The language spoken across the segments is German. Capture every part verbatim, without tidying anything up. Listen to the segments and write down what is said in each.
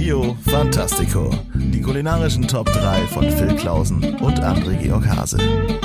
Trio Fantastico. Die kulinarischen Top drei von Phil Clausen und André Georg Hase.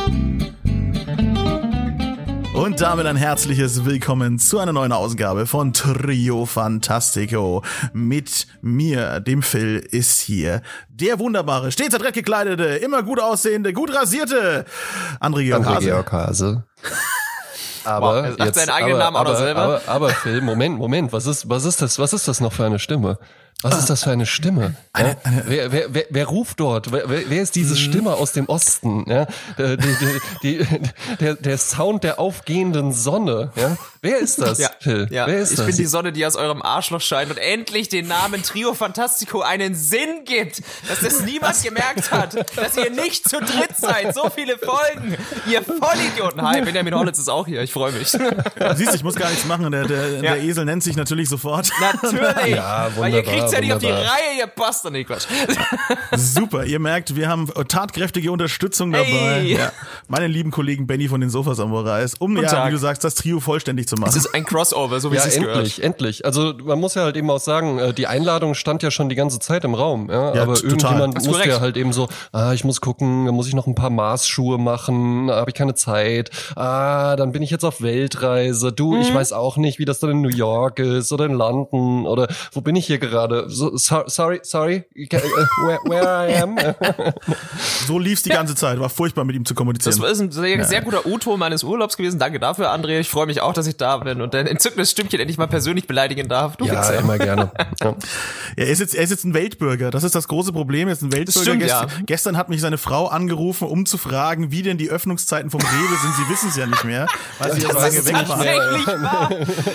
Und damit ein herzliches Willkommen zu einer neuen Ausgabe von Trio Fantastico. Mit mir, dem Phil, ist hier der wunderbare, stets adrett gekleidete, immer gut aussehende, gut rasierte André Georg Hase. André Georg Hase. Aber wow, er jetzt, seinen eigenen aber, Namen auch aber, noch selber. Aber, aber Phil, Moment, Moment, was ist, was ist das, was ist das noch für eine Stimme? Was ist das für eine Stimme? Eine, ja? eine, wer, wer, wer, wer ruft dort? Wer, wer ist diese Stimme aus dem Osten? Ja? Die, die, die, der, der Sound der aufgehenden Sonne. Ja? Wer ist das, ja, Phil? Ja. Wer ist ich das? bin die Sonne, die aus eurem Arschloch scheint und endlich den Namen Trio Fantastico einen Sinn gibt. Dass das niemand gemerkt hat. Dass ihr nicht zu dritt seid. So viele Folgen. Ihr Vollidioten. Hi, Benjamin Hollitz ist auch hier. Ich freue mich. Du siehst, ich muss gar nichts machen. Der, der, ja. der Esel nennt sich natürlich sofort. Natürlich. Ja, wunderbar, weil ihr kriegt's ja nicht wunderbar. auf die Reihe, ihr Bastard. Nee, Quatsch. Super, ihr merkt, wir haben tatkräftige Unterstützung dabei. Hey. Ja. Meinen lieben Kollegen Benny von den Sofa-Samurais, um, Guten ja, Tag. wie du sagst, das Trio vollständig zu machen. Es ist ein Crossover, so wie Ja, es sich endlich, gehört. endlich. Also man muss ja halt eben auch sagen, die Einladung stand ja schon die ganze Zeit im Raum. Ja, Ja, aber total. irgendjemand Hast du musste recht. ja halt eben so, ah, ich muss gucken, da muss ich noch ein paar Maßschuhe machen, da habe ich keine Zeit. Ah, dann bin ich jetzt auf Weltreise. Du, Mhm. ich weiß auch nicht, wie das dann in New York ist oder in London oder wo bin ich hier gerade? So, so, sorry, sorry, uh, where, where I am. So lief's die ganze Zeit, war furchtbar mit ihm zu kommunizieren. Das ist ein sehr, sehr guter O-Ton meines Urlaubs gewesen. Danke dafür, André. Ich freue mich auch, dass ich da bin und dein entzückendes Stimmchen endlich mal persönlich beleidigen darf. Du Ja, Wichser. immer gerne. Ja. Er ist jetzt, er ist jetzt ein Weltbürger. Das ist das große Problem. Er ist ein Weltbürger. stimmt, Gest- ja. Gestern hat mich seine Frau angerufen, um zu fragen, wie denn die Öffnungszeiten vom Rewe sind. Sie wissen es ja nicht mehr, weil sie ja so Das lange ist weg waren. tatsächlich wahr.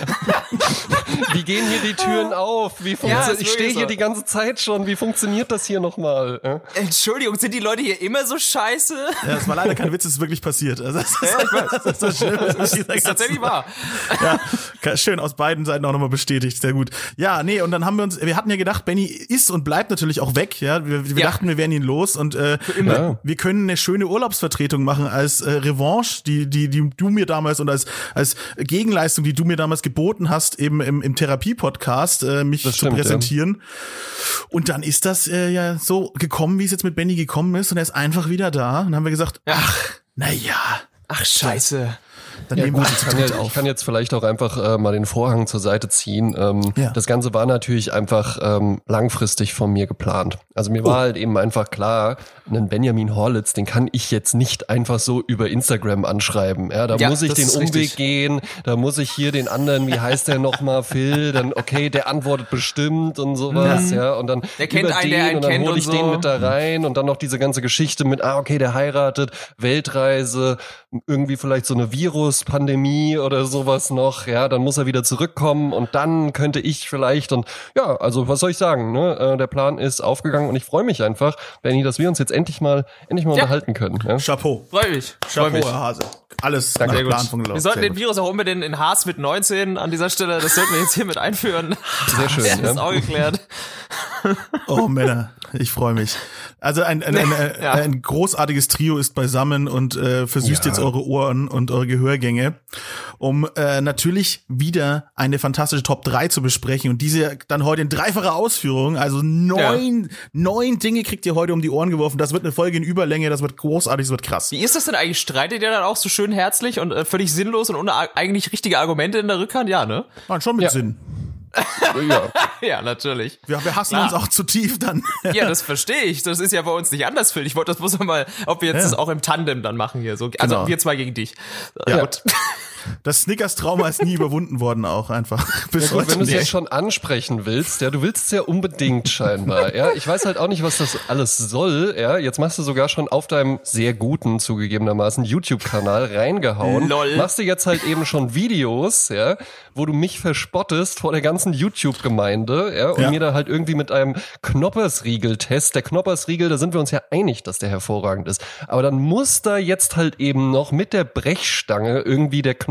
Wie gehen hier die Türen auf? Wie Ja, funktioniert? ist ich stehe wirklich hier so. die ganze Zeit schon. Wie funktioniert das hier nochmal? Ja? Entschuldigung, sind die Leute hier immer so scheiße? Ja, das war leider kein Witz, es ist wirklich passiert. Also, das, ist, das ist das Schlimme. Das ist, ist tatsächlich wahr. Ja, schön, aus beiden Seiten auch nochmal bestätigt, sehr gut. Ja, nee, und dann haben wir uns, wir hatten ja gedacht, Benny ist und bleibt natürlich auch weg, ja, wir, wir Ja. dachten, wir wären ihn los und äh, Ja. wir können eine schöne Urlaubsvertretung machen als äh, Revanche, die, die, die du mir damals und als, als Gegenleistung, die du mir damals geboten hast, eben im, im Therapie-Podcast, äh, mich Das zu stimmt, präsentieren. Und dann ist das äh, ja so gekommen, wie es jetzt mit Benny gekommen ist und er ist einfach wieder da und dann haben wir gesagt, Ja. ach, na ja, Ach, scheiße. dann Ja, nehmen gut, wir ich, zu kann dritt ja, auf. ich kann jetzt vielleicht auch einfach äh, mal den Vorhang zur Seite ziehen. Ähm, Ja. Das Ganze war natürlich einfach ähm, langfristig von mir geplant. Also mir war halt eben einfach klar, einen Benjamin Horlitz, den kann ich jetzt nicht einfach so über Instagram anschreiben. Ja, da Ja, muss ich das den ist Umweg richtig. gehen, da muss ich hier den anderen, wie heißt der nochmal, Phil, dann okay, der antwortet bestimmt und sowas, ja, und dann Der kennt über einen, den der einen und dann kennt hole und ich den so. mit da rein und dann noch diese ganze Geschichte mit, ah, okay, der heiratet, Weltreise, irgendwie vielleicht so eine Virus-Pandemie oder sowas noch, ja, dann muss er wieder zurückkommen und dann könnte ich vielleicht und ja, also was soll ich sagen, ne, äh, der Plan ist aufgegangen und ich freue mich einfach, Benni, dass wir uns jetzt endlich mal, endlich mal Ja. unterhalten können, ja. Chapeau. Freu mich. Freu Chapeau, mich. Herr Hase. Alles Danke. nach Sehr Plan gut. von gelaufen. Wir sollten Sehr den gut. Virus auch unbedingt in Haas mit neunzehn an dieser Stelle, das sollten wir jetzt hier mit einführen. Sehr schön, Das ist ja. auch geklärt. Oh Männer, ich freue mich. Also ein, ein, ein, ein, Ja. ein großartiges Trio ist beisammen und äh, versüßt Ja. jetzt eure Ohren und eure Gehörgänge, um äh, natürlich wieder eine fantastische Top drei zu besprechen und diese dann heute in dreifacher Ausführung, also neun, neun Dinge kriegt ihr heute um die Ohren geworfen. Das wird eine Folge in Überlänge, das wird großartig, das wird krass. Wie ist das denn eigentlich? Streitet ihr dann auch so schön herzlich und äh, völlig sinnlos und ohne a- eigentlich richtige Argumente in der Rückhand? Ja, ne? Nein, schon mit Ja. Sinn. ja. Ja, natürlich. Wir, wir hassen Klar. uns auch zu tief dann. Ja, das verstehe ich. Das ist ja bei uns nicht anders, Phil. Ich wollte das bloß mal, ob wir jetzt Ja. das auch im Tandem dann machen hier. So, also Genau. wir zwei gegen dich. Ja. Gut. Das Snickers-Trauma ist nie überwunden worden auch einfach. Bis Ja gut, heute wenn du es nicht. jetzt schon ansprechen willst, ja, du willst es ja unbedingt scheinbar, ja. Ich weiß halt auch nicht, was das alles soll, ja. Jetzt machst du sogar schon auf deinem sehr guten, zugegebenermaßen, YouTube-Kanal reingehauen. Lol. Machst du jetzt halt eben schon Videos, ja, wo du mich verspottest vor der ganzen YouTube-Gemeinde, ja, und Ja. mir da halt irgendwie mit einem Knoppersriegel-Test, der Knoppersriegel, da sind wir uns ja einig, dass der hervorragend ist. Aber dann muss da jetzt halt eben noch mit der Brechstange irgendwie der Knoppersriegel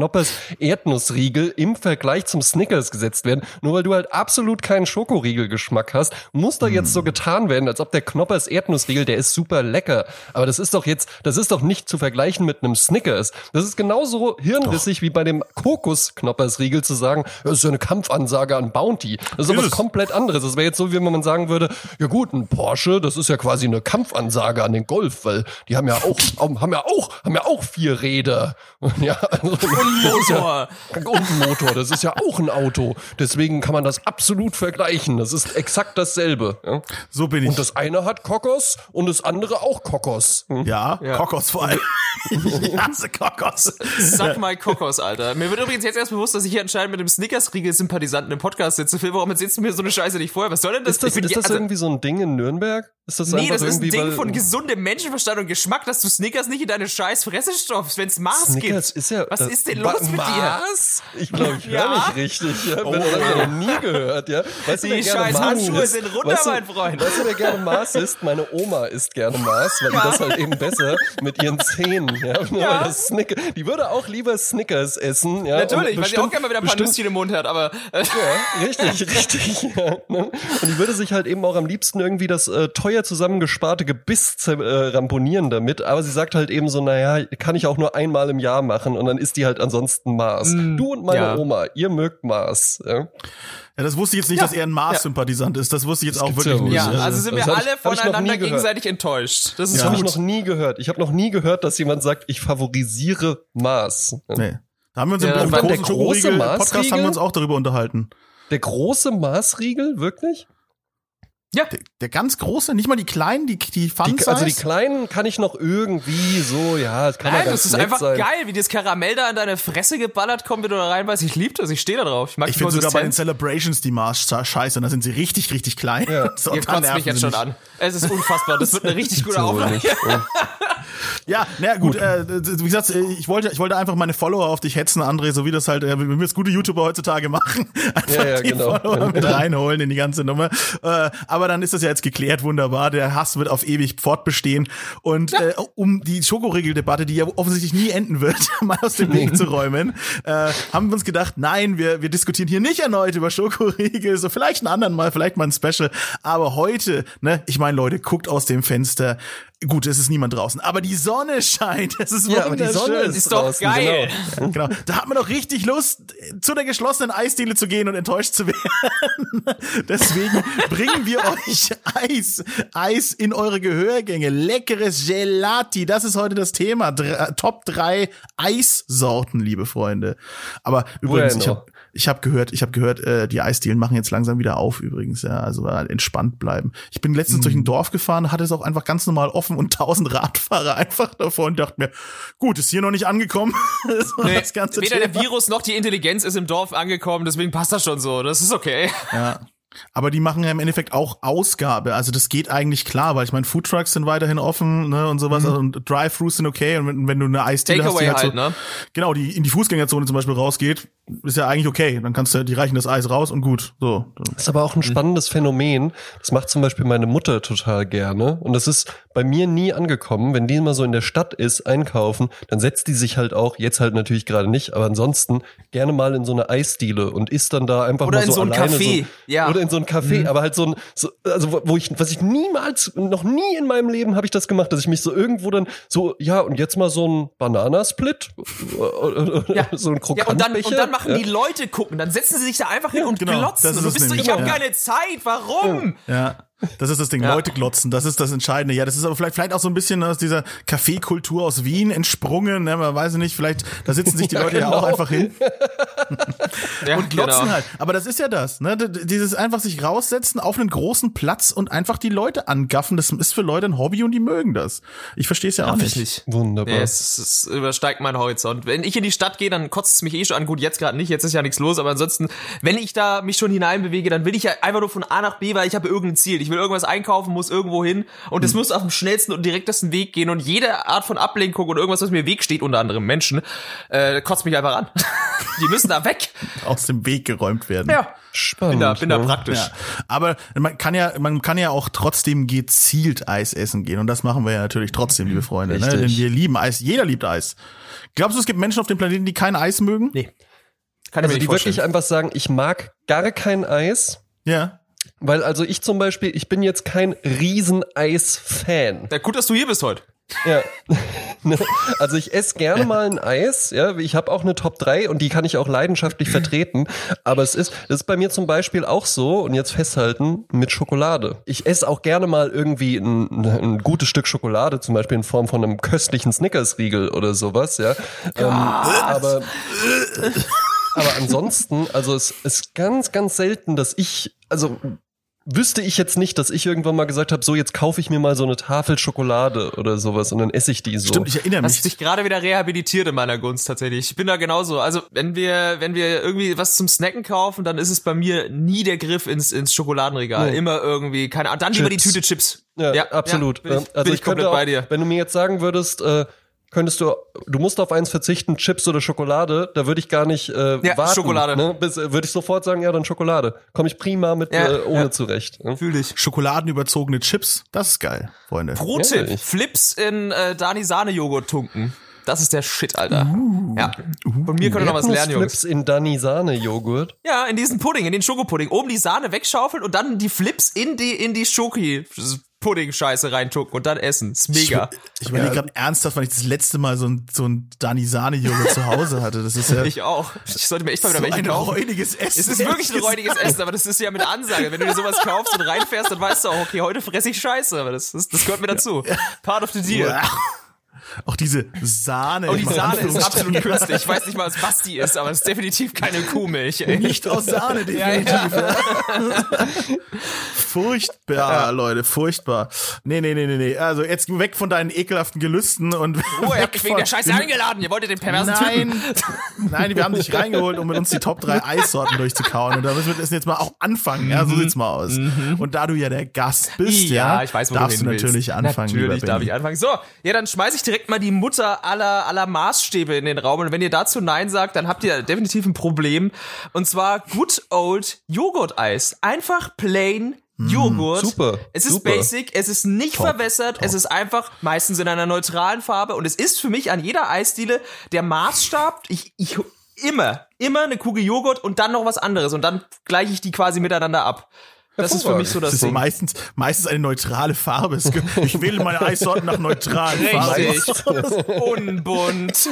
Knoppers Erdnussriegel im Vergleich zum Snickers gesetzt werden. Nur weil du halt absolut keinen Schokoriegelgeschmack hast, muss da jetzt so getan werden, als ob der Knoppers Erdnussriegel, der ist super lecker. Aber das ist doch jetzt, das ist doch nicht zu vergleichen mit einem Snickers. Das ist genauso hirnrissig wie bei dem Kokos-Knoppersriegel zu sagen, das ist ja eine Kampfansage an Bounty. Das ist doch was komplett anderes. Das wäre jetzt so, wie wenn man sagen würde, ja gut, ein Porsche, das ist ja quasi eine Kampfansage an den Golf, weil die haben ja auch, haben ja auch, haben ja auch vier Räder. Ja, also, und ein Motor. Ja, und ein Motor, das ist ja auch ein Auto. Deswegen kann man das absolut vergleichen. Das ist exakt dasselbe. Ja? So bin ich. Und das eine hat Kokos und das andere auch Kokos. Hm? Ja, ja, Kokos vor allem. Ich hasse Kokos. Sag mal Kokos, Alter. Mir wird übrigens jetzt erst bewusst, dass ich hier anscheinend mit dem Snickers-Riegel-Sympathisanten im Podcast sitze. Phil, warum erzählst du mir so eine Scheiße nicht vorher? Was soll denn das? Ist das, ist das also, irgendwie so ein Ding in Nürnberg? Ist das nee, das ist ein Ding weil, von gesundem Menschenverstand und Geschmack, dass du Snickers nicht in deine scheiß Fresse stopfst, wenn's Mars Snickers gibt. Ist ja, Was das, ist denn los mit Mars? dir? Ich glaube, ich ja? höre nicht richtig. Ja? Oh, das habe ich noch nie gehört. Ja? Weißt Die du, scheiß Handschuhe sind runter, weißt du, mein Freund. Weißt du, wer gerne Mars isst? Meine Oma isst gerne Mars, weil ja. die das halt eben besser mit ihren Zähnen. Ja? Nur ja. weil das Snickers, die würde auch lieber Snickers essen. Ja? Natürlich, und weil sie auch gerne mal wieder ein paar Nüsschen im Mund hat. Aber ja, richtig, richtig. Ja, ne? Und die würde sich halt eben auch am liebsten irgendwie das äh, teuer zusammengesparte Gebiss Äh, ramponieren damit, aber sie sagt halt eben so, naja, kann ich auch nur einmal im Jahr machen und dann isst die halt ansonsten Mars. Mm, du und meine ja. Oma, ihr mögt Mars. Ja, ja das wusste ich jetzt nicht, ja. dass er ein Mars-Sympathisant ist. Das wusste ich jetzt das auch wirklich ja nicht. Ja, also sind das wir alle ich, voneinander gegenseitig enttäuscht. Das ist ja. gut. habe ich noch nie gehört. Ich habe noch nie gehört, dass jemand sagt, ich favorisiere Mars. Nee. Da haben wir uns ja, im großen Schokoriegel-Podcast haben wir uns auch darüber unterhalten. Der große Mars-Riegel, wirklich? Ja. Der, der ganz große, nicht mal die kleinen, die, die Fun-Size? Also die kleinen kann ich noch irgendwie so, ja, das kann Nein, ja ganz das ist nett einfach sein. geil, wie das Karamell da in deine Fresse geballert kommt, wenn du da reinbeißt. Ich lieb das, ich stehe da drauf. Ich mag ich finde sogar bei den Celebrations die Mars scheiße, da sind sie richtig, richtig klein. Ja. So, ihr kotzt mich jetzt schon an. Es ist unfassbar, das wird eine richtig gute Aufnahme. Ja, na gut, äh, wie gesagt, ich wollte, ich wollte einfach meine Follower auf dich hetzen, André, so wie das halt, äh, wie wir es gute YouTuber heutzutage machen. Einfach ja, ja, die genau. Follower mit reinholen in die ganze Nummer. Äh, aber dann ist das ja jetzt geklärt, wunderbar. Der Hass wird auf ewig fortbestehen. Und äh, um die Schokoriegel-Debatte, die ja offensichtlich nie enden wird, mal aus dem Weg zu räumen, äh, haben wir uns gedacht, nein, wir, wir diskutieren hier nicht erneut über Schokoriegel, so vielleicht einen anderen Mal, vielleicht mal ein Special. Aber heute, ne, ich meine, Leute, guckt aus dem Fenster. Gut, es ist niemand draußen, aber die Sonne scheint. Es ist ja, aber die Sonne ist, ist doch draußen, geil. Genau. genau. Da hat man doch richtig Lust, zu der geschlossenen Eisdiele zu gehen und enttäuscht zu werden. Deswegen bringen wir euch Eis, Eis in eure Gehörgänge. Leckeres Gelati. Das ist heute das Thema. Dr- Top drei Eissorten, liebe Freunde. Aber übrigens, bueno. ich habe ich hab gehört, ich habe gehört, äh, die Eisdielen machen jetzt langsam wieder auf übrigens. Ja, also äh, entspannt bleiben. Ich bin letztens mm. durch ein Dorf gefahren, hatte es auch einfach ganz normal offen und tausend Radfahrer einfach davor und dachte mir, gut, ist hier noch nicht angekommen. Nee, das ganze weder Thema. Der Virus noch die Intelligenz ist im Dorf angekommen, deswegen passt das schon so. Das ist okay. Ja. Aber die machen ja im Endeffekt auch Ausgabe. Also das geht eigentlich klar, weil ich meine, Foodtrucks sind weiterhin offen, ne, und sowas. Mhm. Und Drive-Thrus sind okay. Und wenn, wenn du eine Eisdiele hast, die halt, halt so, ne? Genau, die in die Fußgängerzone zum Beispiel rausgeht, ist ja eigentlich okay. Dann kannst du, die reichen das Eis raus und gut. So. Das ist aber auch ein spannendes Phänomen. Das macht zum Beispiel meine Mutter total gerne. Und das ist bei mir nie angekommen. Wenn die mal so in der Stadt ist, einkaufen, dann setzt die sich halt auch, jetzt halt natürlich gerade nicht, aber ansonsten gerne mal in so eine Eisdiele und isst dann da einfach oder mal so, so alleine. Café. So, ja. Oder in so ein Café, mhm. aber halt so ein, so, also wo ich, was ich niemals, noch nie in meinem Leben habe ich das gemacht, dass ich mich so irgendwo dann so, ja, und jetzt mal so ein Bananasplit, ja. so ein Krokantbecher. Ja, und, dann, und dann machen ja. die Leute gucken, dann setzen sie sich da einfach hin ja, und genau, glotzen. Und du bist so, ich habe ja. keine Zeit, warum? Ja. Das ist das Ding, ja. Leute glotzen, das ist das Entscheidende. Ja, das ist aber vielleicht vielleicht auch so ein bisschen aus dieser Kaffeekultur aus Wien entsprungen, ne, man weiß nicht, vielleicht, da sitzen sich die ja, Leute genau. ja auch einfach hin ja, und glotzen genau. halt. Aber das ist ja das, ne, dieses einfach sich raussetzen auf einen großen Platz und einfach die Leute angaffen, das ist für Leute ein Hobby und die mögen das. Ich verstehe es ja auch nicht. nicht. Wunderbar. Nee, es, es übersteigt meinen Horizont. Wenn ich in die Stadt gehe, dann kotzt es mich eh schon an. Gut, jetzt gerade nicht, jetzt ist ja nichts los, aber ansonsten, wenn ich da mich schon hineinbewege, dann will ich ja einfach nur von A nach B, weil ich habe irgendein Ziel. ich will irgendwas einkaufen, muss irgendwo hin und es muss auf dem schnellsten und direktesten Weg gehen und jede Art von Ablenkung und irgendwas, was mir im Weg steht, unter anderem Menschen, äh, kotzt mich einfach an. Die müssen da weg. Aus dem Weg geräumt werden. Ja, Spannend. bin da, bin da ne? praktisch. Ja, aber man kann ja, man kann ja auch trotzdem gezielt Eis essen gehen und das machen wir ja natürlich trotzdem, liebe Freunde, ne? Richtig. Denn wir lieben Eis, jeder liebt Eis. Glaubst du, es gibt Menschen auf dem Planeten, die kein Eis mögen? Nee. Kann ich Also mir die nicht vorstellen. wirklich einfach sagen, ich mag gar kein Eis. Ja. Weil also ich zum Beispiel, ich bin jetzt kein Riesen-Eis-Fan. Ja, gut, dass du hier bist heute. Ja. Also ich esse gerne mal ein Eis, ja, ich habe auch eine Top drei und die kann ich auch leidenschaftlich vertreten, aber es ist, das ist bei mir zum Beispiel auch so, und jetzt festhalten, mit Schokolade. Ich esse auch gerne mal irgendwie ein, ein gutes Stück Schokolade, zum Beispiel in Form von einem köstlichen Snickers-Riegel oder sowas, ja. Ähm, aber aber ansonsten, also es ist ganz, ganz selten, dass ich, also wüsste ich jetzt nicht, dass ich irgendwann mal gesagt habe, so jetzt kaufe ich mir mal so eine Tafel Schokolade oder sowas und dann esse ich die so. Stimmt, ich erinnere Hast mich. dich gerade wieder rehabilitiert in meiner Gunst tatsächlich. Ich bin da genauso. Also wenn wir, wenn wir irgendwie was zum Snacken kaufen, dann ist es bei mir nie der Griff ins, ins Schokoladenregal. Nee. Immer irgendwie, keine Ahnung, dann lieber die Chips. Tüte Chips. Ja, absolut. bin ich, also bin ich, ich komplett könnte auch, bei dir. wenn du mir jetzt sagen würdest, äh, könntest du, du musst auf eins verzichten, Chips oder Schokolade, da würde ich gar nicht äh, Ja, warten. Schokolade. Ne? Bis, äh, würde ich sofort sagen, ja, dann Schokolade. Komme ich prima mit Ja, äh, ohne ja. zurecht. Ne? Fühl dich. Schokoladenüberzogene Chips, das ist geil, Freunde. Pro-Tipp, Ja, Flips in äh, Dani Sahne-Joghurt tunken. Das ist der Shit, Alter. Ja. Von mir könnt ihr noch was lernen, Jungs. Flips in Dani Sahne Joghurt. Ja, in diesen Pudding, in den Schokopudding. Oben die Sahne wegschaufeln und dann die Flips in die, in die Schoki-Pudding-Scheiße reintucken und dann essen. Ist mega. Ich, ich überlege gerade ernsthaft, wann ich das letzte Mal so ein, so ein Dani-Sahne-Joghurt zu Hause hatte. Das ist ja Ich auch. Ich sollte mir echt mal wieder so welche ein kaufen. räudiges Essen. Es ist wirklich ein räudiges Essen, aber das ist ja mit Ansage. Wenn du dir sowas kaufst und reinfährst, dann weißt du auch, okay, heute fresse ich Scheiße, aber das, das, das gehört mir dazu. Part of the deal. Auch diese Sahne. Und die in Sahne ist Anführungsstrichen. absolut künstlich. Ich weiß nicht mal, was die ist, aber es ist definitiv keine Kuhmilch. Ey. Nicht aus Sahne, definitiv. Ja, Furchtbar, Leute, furchtbar. Nee, nee, nee, nee, nee. Also jetzt weg von deinen ekelhaften Gelüsten und Oh, ihr weg habt mich wegen von- der Scheiße eingeladen. Ihr wolltet den perversen Typen. Nein, nein, wir haben dich reingeholt, um mit uns die Top drei Eissorten durchzukauen. Und da müssen wir das jetzt mal auch anfangen. Ja, so sieht's mal aus. Und da du ja der Gast bist, ja, Ja, ich weiß, wo darfst du du hin natürlich willst. anfangen. Natürlich lieber darf Benny. ich anfangen. So, ja, dann schmeiße ich direkt mal die Mutter aller, aller Maßstäbe in den Raum. Und wenn ihr dazu Nein sagt, dann habt ihr definitiv ein Problem. Und zwar Good Old Joghurt-Eis. Einfach plain Joghurt. super, Es ist super. basic, es ist nicht Top, verwässert, es ist einfach meistens in einer neutralen Farbe. Und es ist für mich an jeder Eisdiele der Maßstab. Ich, ich immer, immer eine Kugel Joghurt und dann noch was anderes. Und dann gleiche ich die quasi miteinander ab. Das ist für mich so das, Das ist Ding. meistens, meistens eine neutrale Farbe. Es gibt- Ich wähle meine Eissorten nach neutralen Farben. Richtig. Unbunt.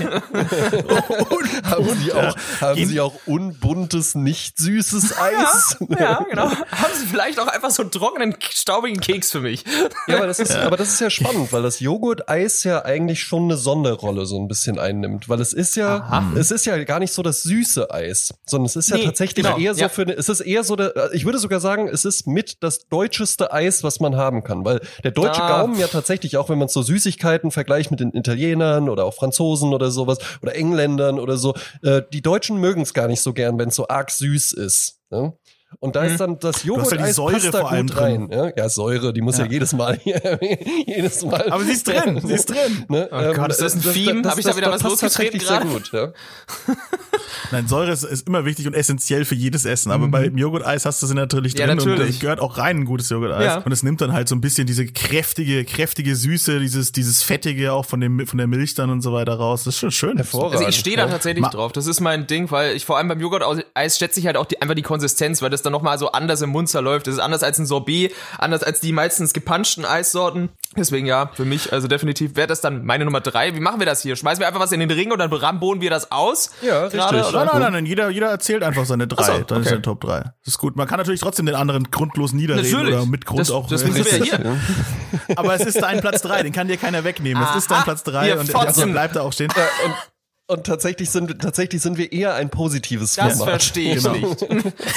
Haben Sie auch, haben Gehen- Sie auch unbuntes, nicht süßes Eis? Ja, genau. Haben Sie vielleicht auch einfach so einen trockenen, staubigen Keks für mich? Ja, aber das ist, aber das ist ja spannend, weil das Joghurt-Eis ja eigentlich schon eine Sonderrolle so ein bisschen einnimmt, weil es ist ja, es ist ja gar nicht so das süße Eis, sondern es ist ja Nee, tatsächlich genau, eher so ja. für, eine- es ist eher so der, ich würde sogar sagen, es ist mit das deutscheste Eis, was man haben kann, weil der deutsche Ah. Gaumen ja tatsächlich, auch wenn man so Süßigkeiten vergleicht mit den Italienern oder auch Franzosen oder sowas oder Engländern oder so, äh, die Deutschen mögen es gar nicht so gern, wenn es so arg süß ist. Ne? Und da ist dann das hast ja die Joghurt-Eis Säure passt da vor allem gut rein. Ja, ja, Säure, die muss ja, Ja. jedes Mal, jedes Mal. Aber sie ist drin, sie ist drin. Ne? Oh Gott, ist das ein Theme? Hab ich da wieder was passt losgetreten tatsächlich sehr gerade? gut, ja. Nein, Säure ist, ist immer wichtig und essentiell für jedes Essen. Aber beim Joghurt-Eis hast du sie natürlich Ja, drin und natürlich. das gehört auch rein, ein gutes Joghurt-Eis. Ja. Und es nimmt dann halt so ein bisschen diese kräftige, kräftige Süße, dieses, dieses Fettige auch von dem, von der Milch dann und so weiter raus. Das ist schon schön. Hervorragend. Also ich stehe da ja. tatsächlich Ma- drauf. Das ist mein Ding, weil ich vor allem beim Joghurt-Eis schätze ich halt auch die, einfach die Konsistenz, weil das dann nochmal so anders im Mund zerläuft. Das ist anders als ein Sorbet, anders als die meistens gepanschten Eissorten. Deswegen ja, für mich, also definitiv wäre das dann meine Nummer drei. Wie machen wir das hier? Schmeißen wir einfach was in den Ring und dann rambonen wir das aus? Ja, Gerade, richtig. oder? Nein, nein, nein, nein, jeder, jeder erzählt einfach seine drei. Ach so, Dann ist okay. er Top drei. Das ist gut. Man kann natürlich trotzdem den anderen grundlos niederreden Natürlich. oder mit Grund Das- auch. deswegen sind wir ja hier. Aber es ist dein Platz drei, den kann dir keiner wegnehmen. Es ist dein Aha, Platz drei wir und fotzen. der bleibt da auch stehen. Ja, und Und tatsächlich sind, tatsächlich sind wir eher ein positives Das Format. verstehe ich Genau. nicht.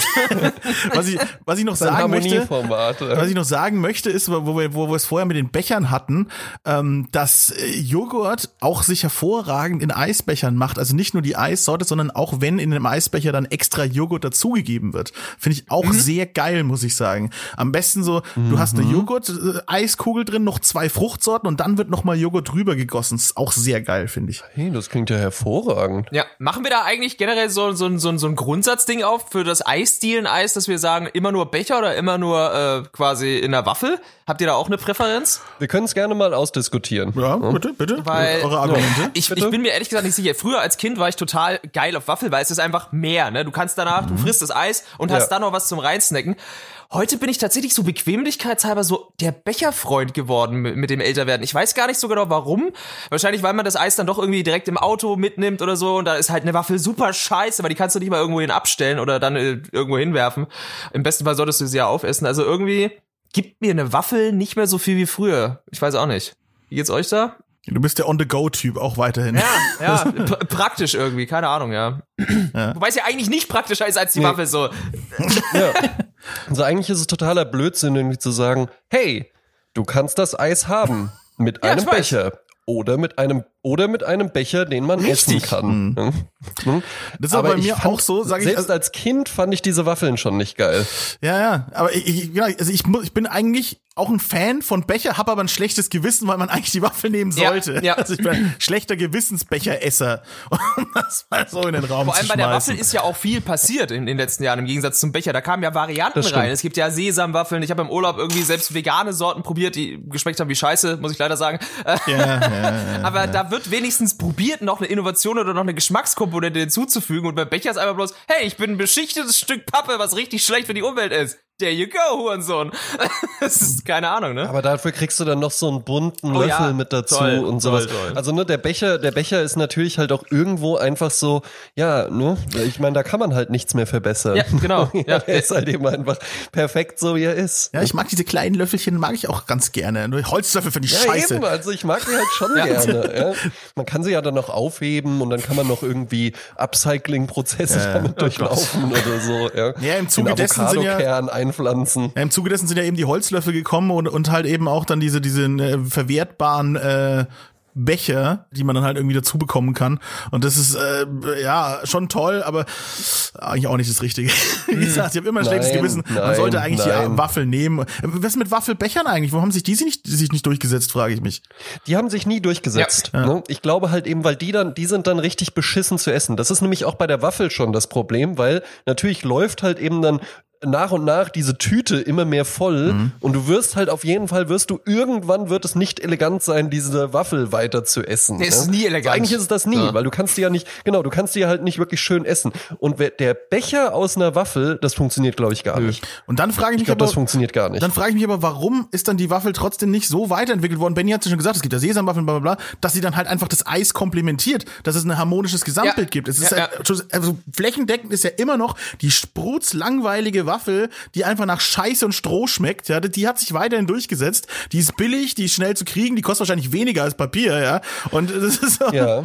Was ich, was ich noch Ein sagen möchte, Harmonieformat. was ich noch sagen möchte, ist, wo wir, wo wir es vorher mit den Bechern hatten, ähm, dass äh, Joghurt auch sich hervorragend in Eisbechern macht. Also nicht nur die Eissorte, sondern auch wenn in einem Eisbecher dann extra Joghurt dazugegeben wird. Finde ich auch mhm. sehr geil, muss ich sagen. Am besten so, mhm. du hast eine Joghurt-Eiskugel drin, noch zwei Fruchtsorten und dann wird noch mal Joghurt drüber gegossen. Das ist auch sehr geil, finde ich. Hey, das klingt ja hervorragend. Hervorragend. Ja, machen wir da eigentlich generell so, so, so, so ein Grundsatzding auf für das Eisdielen-Eis, dass wir sagen, immer nur Becher oder immer nur äh, quasi in der Waffel? Habt ihr da auch eine Präferenz? Wir können es gerne mal ausdiskutieren. Ja, bitte, bitte. Weil eure Argumente. Ich, bitte? ich bin mir ehrlich gesagt nicht sicher. Früher als Kind war ich total geil auf Waffel, weil es ist einfach mehr, ne? Du kannst danach, mhm. du frisst das Eis und ja. hast dann noch was zum Reinsnacken. Heute bin ich tatsächlich so bequemlichkeitshalber so der Becherfreund geworden mit, mit dem Älterwerden. Ich weiß gar nicht so genau warum. Wahrscheinlich, weil man das Eis dann doch irgendwie direkt im Auto mitnimmt oder so und da ist halt eine Waffel super scheiße, weil die kannst du nicht mal irgendwo hin abstellen oder dann äh, irgendwo hinwerfen. Im besten Fall solltest du sie ja aufessen. Also irgendwie gibt mir eine Waffel nicht mehr so viel wie früher. Ich weiß auch nicht. Wie geht's euch da? Du bist der On-the-Go-Typ auch weiterhin. Ja, ja, pr- praktisch irgendwie, keine Ahnung, ja. ja. Wobei es ja eigentlich nicht praktischer ist als die nee. Waffel so. Ja. Also eigentlich ist es totaler Blödsinn, irgendwie zu sagen, hey, du kannst das Eis haben mit ja, einem Becher oder mit einem oder mit einem Becher, den man Richtig. essen kann. Mhm. Mhm. Das ist aber bei mir fand, auch so, sage ich. Selbst als Kind fand ich diese Waffeln schon nicht geil. Ja, ja, aber ich, ich, ja, also ich, ich bin eigentlich auch ein Fan von Becher, habe aber ein schlechtes Gewissen, weil man eigentlich die Waffel nehmen sollte. Ja, ja. Also ich bin ein schlechter Gewissensbecheresser, um das mal so in den Raum Vor allem zu bei der schmeißen. Waffel ist ja auch viel passiert in, in den letzten Jahren, im Gegensatz zum Becher. Da kamen ja Varianten rein. Es gibt ja Sesamwaffeln. Ich habe im Urlaub irgendwie selbst vegane Sorten probiert, die geschmeckt haben wie Scheiße, muss ich leider sagen. Ja, ja, ja, aber ja. da wird wenigstens probiert, noch eine Innovation oder noch eine Geschmackskomponente hinzuzufügen. Und beim Becher ist einfach bloß, hey, ich bin ein beschichtetes Stück Pappe, was richtig schlecht für die Umwelt ist. There you go, Hurensohn. Das ist keine Ahnung, ne? Aber dafür kriegst du dann noch so einen bunten oh, Löffel ja. mit dazu toll, und sowas. Toll, toll. Also ne, der Becher, der Becher ist natürlich halt auch irgendwo einfach so, ja, ne, ich meine, da kann man halt nichts mehr verbessern. Ja, genau. ja, ja. Er ist halt eben einfach perfekt so, wie er ist. Ja, ich mag diese kleinen Löffelchen, mag ich auch ganz gerne. Nur Holzlöffel finde ich ja, scheiße. Eben, also ich mag die halt schon ja. gerne. Ja. Man kann sie ja dann noch aufheben und dann kann man noch irgendwie Upcycling-Prozesse ja. damit oh durchlaufen Gott. oder so. Ja, ja im Zuge dessen sind ja Avocado-Kern einpflanzen. Ja, im Zuge dessen sind ja eben die Holzlöffel gekommen und, und halt eben auch dann diese, diese äh, verwertbaren äh, Becher, die man dann halt irgendwie dazu bekommen kann. Und das ist, äh, ja, schon toll, aber eigentlich auch nicht das Richtige. Wie gesagt, ich habe immer ein schlechtes nein, Gewissen. Man nein, sollte eigentlich nein. die Waffeln nehmen. Was mit Waffelbechern eigentlich? Warum haben sich die nicht, sich nicht durchgesetzt, frage ich mich. Die haben sich nie durchgesetzt. Ja. Ne? Ich glaube halt eben, weil die dann, die sind dann richtig beschissen zu essen. Das ist nämlich auch bei der Waffel schon das Problem, weil natürlich läuft halt eben dann nach und nach diese Tüte immer mehr voll mhm. und du wirst halt auf jeden Fall, wirst du irgendwann wird es nicht elegant sein, diese Waffel weiter zu essen. Das ne? ist nie elegant. Also eigentlich ist es das nie, ja. weil du kannst die ja nicht, genau, du kannst die halt nicht wirklich schön essen. Und der Becher aus einer Waffel, das funktioniert, glaube ich, gar nicht. Und dann frage ich mich ich glaub, aber, das funktioniert gar nicht. Dann frage ich mich aber, warum ist dann die Waffel trotzdem nicht so weiterentwickelt worden? Benny hat ja schon gesagt, es gibt ja Sesamwaffeln, bla bla bla, dass sie dann halt einfach das Eis komplementiert, dass es ein harmonisches Gesamtbild ja. gibt. Es ist ja, ja, ja. also flächendeckend ist ja immer noch die sprutzlangweilige Waffel, die einfach nach Scheiße und Stroh schmeckt, ja, die hat sich weiterhin durchgesetzt. Die ist billig, die ist schnell zu kriegen, die kostet wahrscheinlich weniger als Papier, ja. Und das ist so. Ja.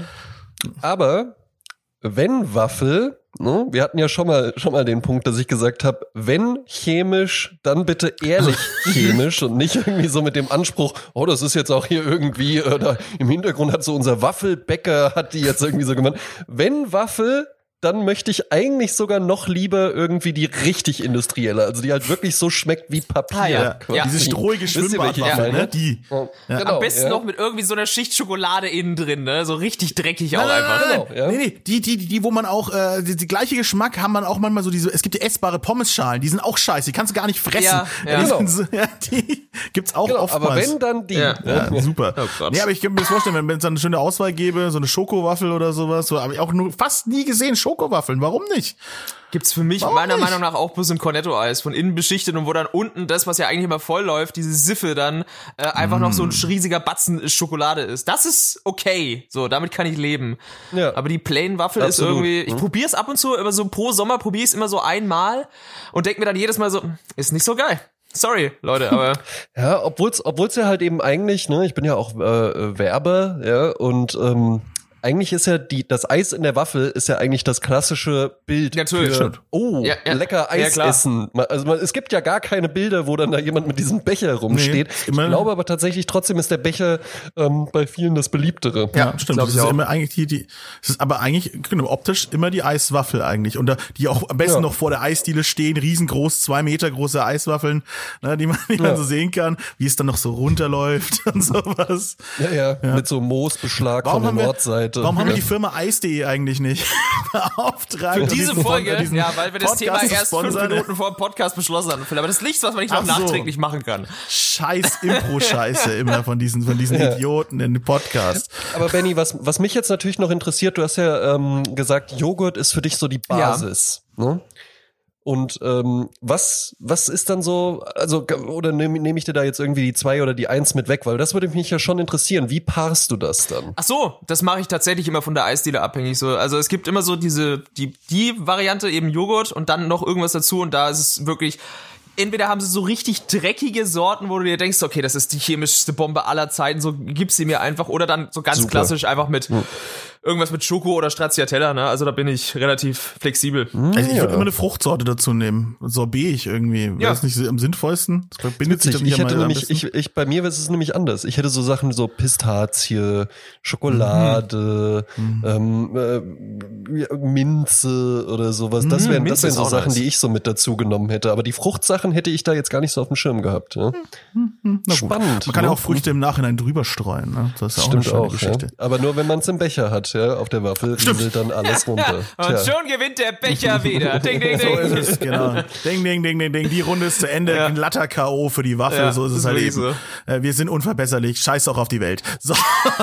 Aber wenn Waffel, ne, wir hatten ja schon mal schon mal den Punkt, dass ich gesagt habe, wenn chemisch, dann bitte ehrlich chemisch und nicht irgendwie so mit dem Anspruch, oh, das ist jetzt auch hier irgendwie, oder im Hintergrund hat so unser Waffelbäcker, hat die jetzt irgendwie so gemacht. Wenn Waffel, dann möchte ich eigentlich sogar noch lieber irgendwie die richtig industrielle, also die halt wirklich so schmeckt wie Papier. Ah, ja. Ja, diese strohige Schwimmbadwaffel, ja. ne? Die. Ja. Ja. Genau, Am besten ja. noch mit irgendwie so einer Schicht Schokolade innen drin, ne? So richtig dreckig Nein, auch nein, einfach. nein, nein. Genau, ja. Nee, nee, die, die, die, die, wo man auch, äh, die, die gleiche Geschmack haben man auch manchmal so diese, es gibt die essbare Pommesschalen, die sind auch scheiße, die kannst du gar nicht fressen. Ja, ja. Die, Genau. sind so, ja, die gibt's auch Genau, oftmals. aber wenn dann die. Ja. Ja, super. Oh Gott. Nee, aber ich könnte mir das vorstellen, wenn es dann eine schöne Auswahl gäbe, so eine Schokowaffel oder sowas, so habe ich auch nur fast nie gesehen, Schokowaffeln, warum nicht? Gibt's für mich Warum meiner nicht? Meinung nach auch bloß ein Cornetto-Eis, von innen beschichtet und wo dann unten das, was ja eigentlich immer voll läuft, diese Siffe dann äh, einfach mm. noch so ein riesiger Batzen Schokolade ist. Das ist okay, so, damit kann ich leben. Ja. Aber die Plain-Waffel ist Absolut. irgendwie, ich probier's ab und zu, immer so pro Sommer probiere ich immer so einmal und denk mir dann jedes Mal so, ist nicht so geil. Sorry, Leute, aber Ja, obwohl's, obwohl's ja halt eben eigentlich, ne, ich bin ja auch äh, Werber, ja, und ähm, eigentlich ist ja die, das Eis in der Waffel ist ja eigentlich das klassische Bild. Natürlich. Für, oh, ja, ja. lecker Eis ja, essen. Also man, es gibt ja gar keine Bilder, wo dann da jemand mit diesem Becher rumsteht. Nee, ich glaube aber tatsächlich, trotzdem ist der Becher ähm, bei vielen das beliebtere. Ja, stimmt. Das ist auch. immer eigentlich die, die, es ist aber eigentlich genau, optisch immer die Eiswaffel eigentlich. Und da, die auch am besten ja. noch vor der Eisdiele stehen, riesengroß, zwei Meter große Eiswaffeln, ne, die man, die man ja. so sehen kann, wie es dann noch so runterläuft und sowas. Ja, ja, ja. Mit so Moosbeschlag warum von der Nordseite. Wir, warum haben wir die Firma Eis punkt de eigentlich nicht beauftragt? Für diese Folge, Pod, ja, weil wir das Thema erst fünf Minuten vor dem Podcast beschlossen haben. Aber das ist nichts, was man nicht noch so. nachträglich machen kann. Scheiß Impro-Scheiße immer von diesen, von diesen ja. Idioten in dem Podcast. Aber Benni, was, was mich jetzt natürlich noch interessiert, du hast ja ähm, gesagt, Joghurt ist für dich so die Basis. Ja. Ne? Und ähm, was was ist dann so, also oder nehme nehm ich dir da jetzt irgendwie die zwei oder die eins mit weg, weil das würde mich ja schon interessieren. Wie paarst du das dann? Ach so, das mache ich tatsächlich immer von der Eisdiele abhängig. So, also es gibt immer so diese die die Variante eben Joghurt und dann noch irgendwas dazu und da ist es wirklich. Entweder haben sie so richtig dreckige Sorten, wo du dir denkst, okay, das ist die chemischste Bombe aller Zeiten, so gib sie mir einfach. Oder dann so ganz Super. klassisch einfach mit hm. irgendwas mit Schoko oder Stracciatella, ne? Also da bin ich relativ flexibel. Also ich würde ja. immer eine Fruchtsorte dazu nehmen. Sorbet irgendwie. Wäre ja. das nicht am sinnvollsten? Das verbindet sich dann nicht ich hätte nämlich, ich, ich, bei mir ist es nämlich anders. Ich hätte so Sachen so Pistazie, Schokolade, mhm. ähm, äh, Minze oder sowas. Das wären, mhm, das wären so Sachen, nice. die ich so mit dazu genommen hätte. Aber die Fruchtsachen hätte ich da jetzt gar nicht so auf dem Schirm gehabt. Ja? Mhm. Spannend. Man kann ja auch Früchte im Nachhinein drüber streuen. Ne? Das ist ja auch Stimmt eine schöne auch, Geschichte. Ja? Aber nur wenn man es im Becher hat. Ja, auf der Waffel rieselt dann alles runter. Und Tja. schon gewinnt der Becher wieder. Ding, ding, ding. So ist es, genau. Ding, ding, ding, ding, ding. Die Runde ist zu Ende. Ja. Ein glatter K O für die Waffel. Ja, so ist es halt eben. So. Wir sind unverbesserlich. Scheiß doch auf die Welt. So.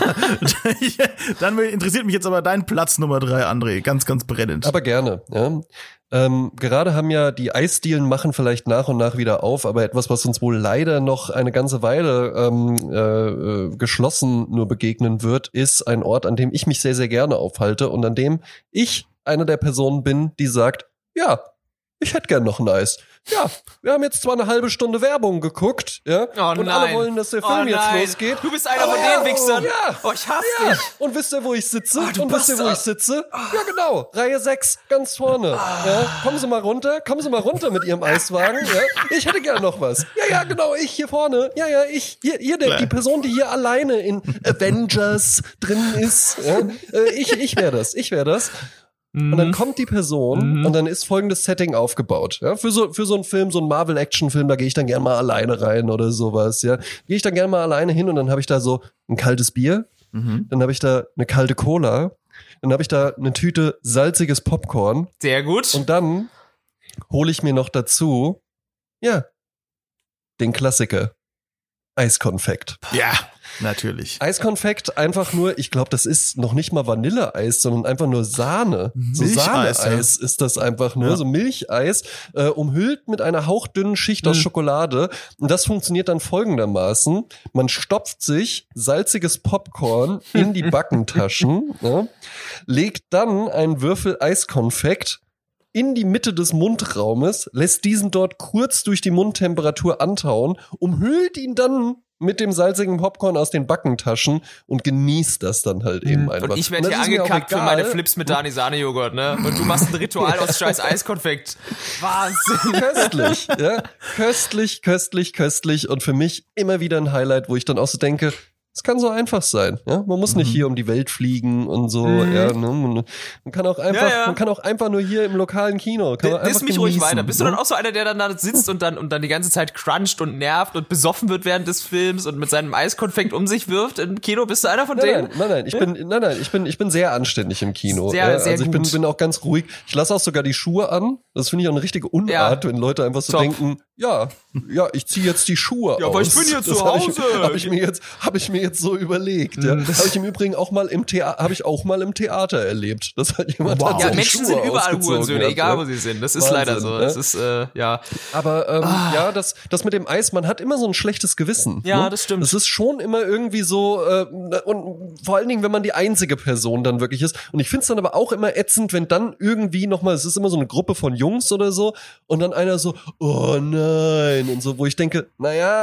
Dann interessiert mich jetzt aber dein Platz Nummer drei, André. Ganz, ganz brennend. Aber gerne, ja. Ähm, gerade haben ja die Eisdielen machen vielleicht nach und nach wieder auf, aber etwas, was uns wohl leider noch eine ganze Weile ähm, äh, geschlossen nur begegnen wird, ist ein Ort, an dem ich mich sehr, sehr gerne aufhalte und an dem ich eine der Personen bin, die sagt, ja, ich hätte gern noch ein Eis. Ja, wir haben jetzt zwar eine halbe Stunde Werbung geguckt, ja, oh, und nein. alle wollen, dass der Film oh, jetzt losgeht. Du bist einer von oh, den Wichsern. Ja. Oh, ich hasse ja. dich. Und wisst ihr, wo ich sitze? Oh, und wisst ihr, wo ich sitze? Oh. Ja, genau. Reihe sechs, ganz vorne. Oh. Ja, kommen Sie mal runter, kommen Sie mal runter mit Ihrem Eiswagen. Ja. Ich hätte gern noch was. Ja, ja, genau, ich hier vorne. Ja, ja, ich. Hier, hier der, die Person, die hier alleine in Avengers drin ist. Ja. Ich, ich wäre das. Ich wäre das. Und dann kommt die Person mhm. und dann ist folgendes Setting aufgebaut. Ja, für so für so einen Film, so einen Marvel-Action-Film, da gehe ich dann gerne mal alleine rein oder sowas. Ja, gehe ich dann gerne mal alleine hin und dann habe ich da so ein kaltes Bier, mhm. dann habe ich da eine kalte Cola, dann habe ich da eine Tüte salziges Popcorn. Sehr gut. Und dann hole ich mir noch dazu, ja, den Klassiker Eiskonfekt. Ja. Natürlich. Eiskonfekt einfach nur, ich glaube, das ist noch nicht mal Vanilleeis, sondern einfach nur Sahne. So Sahneeis ja. ist das einfach nur, ja. so Milcheis, äh, umhüllt mit einer hauchdünnen Schicht mhm. aus Schokolade. Und das funktioniert dann folgendermaßen. Man stopft sich salziges Popcorn in die Backentaschen, ja, legt dann einen Würfel Eiskonfekt in die Mitte des Mundraumes, lässt diesen dort kurz durch die Mundtemperatur antauen, umhüllt ihn dann mit dem salzigen Popcorn aus den Backentaschen und genießt das dann halt eben mhm. einfach. Und ich werde hier angekackt für meine Flips mit Dani-Sahne-Joghurt, ne? Und du machst ein Ritual aus scheiß Eiskonfekt. Wahnsinn. Köstlich, ja. Köstlich, köstlich, köstlich und für mich immer wieder ein Highlight, wo ich dann auch so denke, es kann so einfach sein, ja. Man muss nicht hier um die Welt fliegen und so, mhm. ja. Ne? Man kann auch einfach, ja, ja. man kann auch einfach nur hier im lokalen Kino. Kann man Diss mich genießen, ruhig weiter. Bist ne? du dann auch so einer, der dann da sitzt und dann und dann die ganze Zeit cruncht und nervt und besoffen wird während des Films und mit seinem Eiskonfekt um sich wirft im Kino? Bist du einer von nein, denen? Nein, nein, nein. Ich ja? bin, nein, nein. Ich bin, ich bin sehr anständig im Kino. Sehr, ja? sehr also ich gut. bin, bin auch ganz ruhig. Ich lasse auch sogar die Schuhe an. Das finde ich auch eine richtige Unart, ja. wenn Leute einfach so Top. denken, ja, ja, ich ziehe jetzt die Schuhe ja, aus. Aber ich bin hier zu Hause. Habe ich, hab ich mir jetzt, habe ich mir jetzt so überlegt. Ja. Habe ich im Übrigen auch mal im Theater, habe ich auch mal im Theater erlebt. Das hat jemand wow. hat Ja, die Menschen Schuhe sind überall Hurensöhne, hat, egal ja. wo sie sind. Das ist Wahnsinn, leider so. Ne? Das ist, äh, ja. Aber ähm, ah. ja, das, das mit dem Eis, man hat immer so ein schlechtes Gewissen. Ja, ne? das stimmt. Das ist schon immer irgendwie so, äh, und vor allen Dingen, wenn man die einzige Person dann wirklich ist. Und ich finde es dann aber auch immer ätzend, wenn dann irgendwie nochmal, es ist immer so eine Gruppe von Jungs oder so, und dann einer so, oh nein, und so, wo ich denke, naja,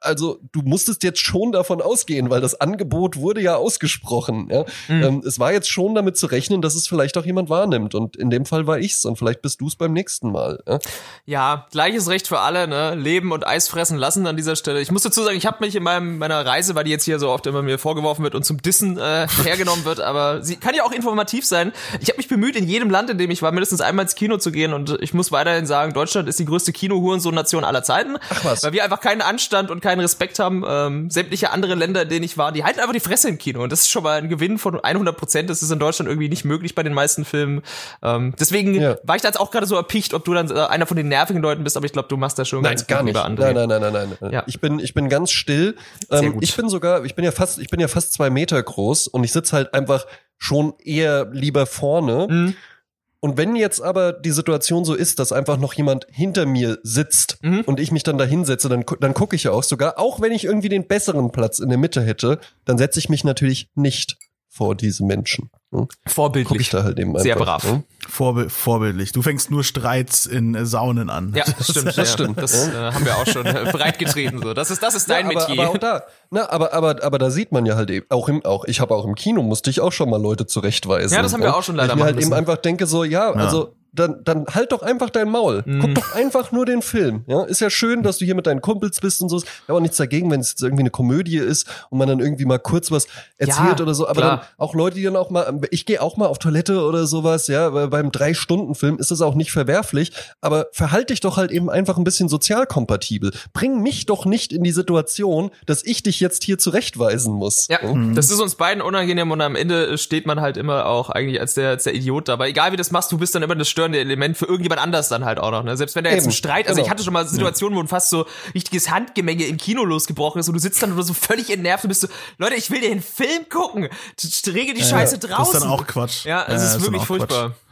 also du musstest jetzt schon davon ausgehen, weil das Angebot wurde ja ausgesprochen. Ja? Mhm. Ähm, es war jetzt schon damit zu rechnen, dass es vielleicht auch jemand wahrnimmt. Und in dem Fall war ich's und vielleicht bist du's beim nächsten Mal. Ja, ja, gleiches Recht für alle, ne? Leben und Eis fressen lassen an dieser Stelle. Ich muss dazu sagen, ich habe mich in meinem, meiner Reise, weil die jetzt hier so oft immer mir vorgeworfen wird und zum Dissen äh, hergenommen wird, aber sie kann ja auch informativ sein. Ich habe mich bemüht, in jedem Land, in dem ich war, mindestens einmal ins Kino zu gehen und ich muss weiterhin sagen, Deutschland ist die größte Kino-Hurensohn-Nation aller Zeiten. Ach was. Weil wir einfach keinen Anstand und keinen Respekt haben. Ähm, sämtliche andere Länder, in denen ich war, die halten einfach die Fresse im Kino und das ist schon mal ein Gewinn von hundert Prozent. Das ist in Deutschland irgendwie nicht möglich bei den meisten Filmen. Ähm, deswegen ja. war ich da jetzt auch gerade so erpicht, ob du dann äh, einer von den nervigen Leuten bist, aber ich glaube, du machst da schon nein, ganz gar gut nicht. über andere. Nein, nein, nein, nein, nein. Ja. Ich bin, ich bin ganz still. Sehr Ähm, gut. ich bin sogar, ich bin ja fast, ich bin ja fast zwei Meter groß und ich sitze halt einfach schon eher lieber vorne. Mhm. Und wenn jetzt aber die Situation so ist, dass einfach noch jemand hinter mir sitzt mhm. und ich mich dann da hinsetze, dann, dann gucke ich ja auch sogar, auch wenn ich irgendwie den besseren Platz in der Mitte hätte, dann setze ich mich natürlich nicht vor diese Menschen. Hm? Vorbildlich. Guck ich da halt eben einfach. Sehr brav. Hm? Vorbild, vorbildlich. Du fängst nur Streits in äh, Saunen an. Ja, das stimmt. Das ja. stimmt. Das äh, haben wir auch schon äh, breitgetreten. So, das ist, das ist dein ja, aber, Metier. Aber auch da, na, aber, aber, aber da sieht man ja halt eben, auch im, auch, ich habe auch im Kino musste ich auch schon mal Leute zurechtweisen. Ja, das haben wir auch schon leider machen müssen. Ich mir halt müssen. eben einfach denke so, ja, ja. also, dann, dann halt doch einfach dein Maul. Mhm. Guck doch einfach nur den Film. Ja, ist ja schön, dass du hier mit deinen Kumpels bist und so. Ich habe auch nichts dagegen, wenn es jetzt irgendwie eine Komödie ist und man dann irgendwie mal kurz was erzählt ja, oder so. Aber klar. dann auch Leute, die dann auch mal, ich gehe auch mal auf Toilette oder sowas, ja, beim Drei-Stunden-Film ist das auch nicht verwerflich, aber verhalte dich doch halt eben einfach ein bisschen sozialkompatibel. Bring mich doch nicht in die Situation, dass ich dich jetzt hier zurechtweisen muss. Ja, mhm. das ist uns beiden unangenehm und am Ende steht man halt immer auch eigentlich als der, als der Idiot da. Aber egal wie du das machst, du bist dann immer das störende Element für irgendjemand anders dann halt auch noch. Ne? Selbst wenn da jetzt Eben, ein Streit, also genau. ich hatte schon mal Situationen, wo fast so richtiges Handgemenge im Kino losgebrochen ist und du sitzt dann nur so völlig entnervt und bist so, Leute, ich will dir einen Film gucken. Regel die Scheiße ja, draußen. Das ist dann auch Quatsch. Ja, es ja, ist wirklich furchtbar. Quatsch.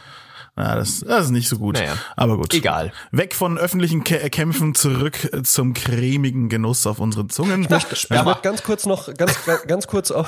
Ja, das, das ist nicht so gut. Naja. Aber gut. Egal. Weg von öffentlichen Kä- Kämpfen zurück zum cremigen Genuss auf unseren Zungen. Ich möchte, ich möchte ganz kurz noch, ganz, ganz kurz auch,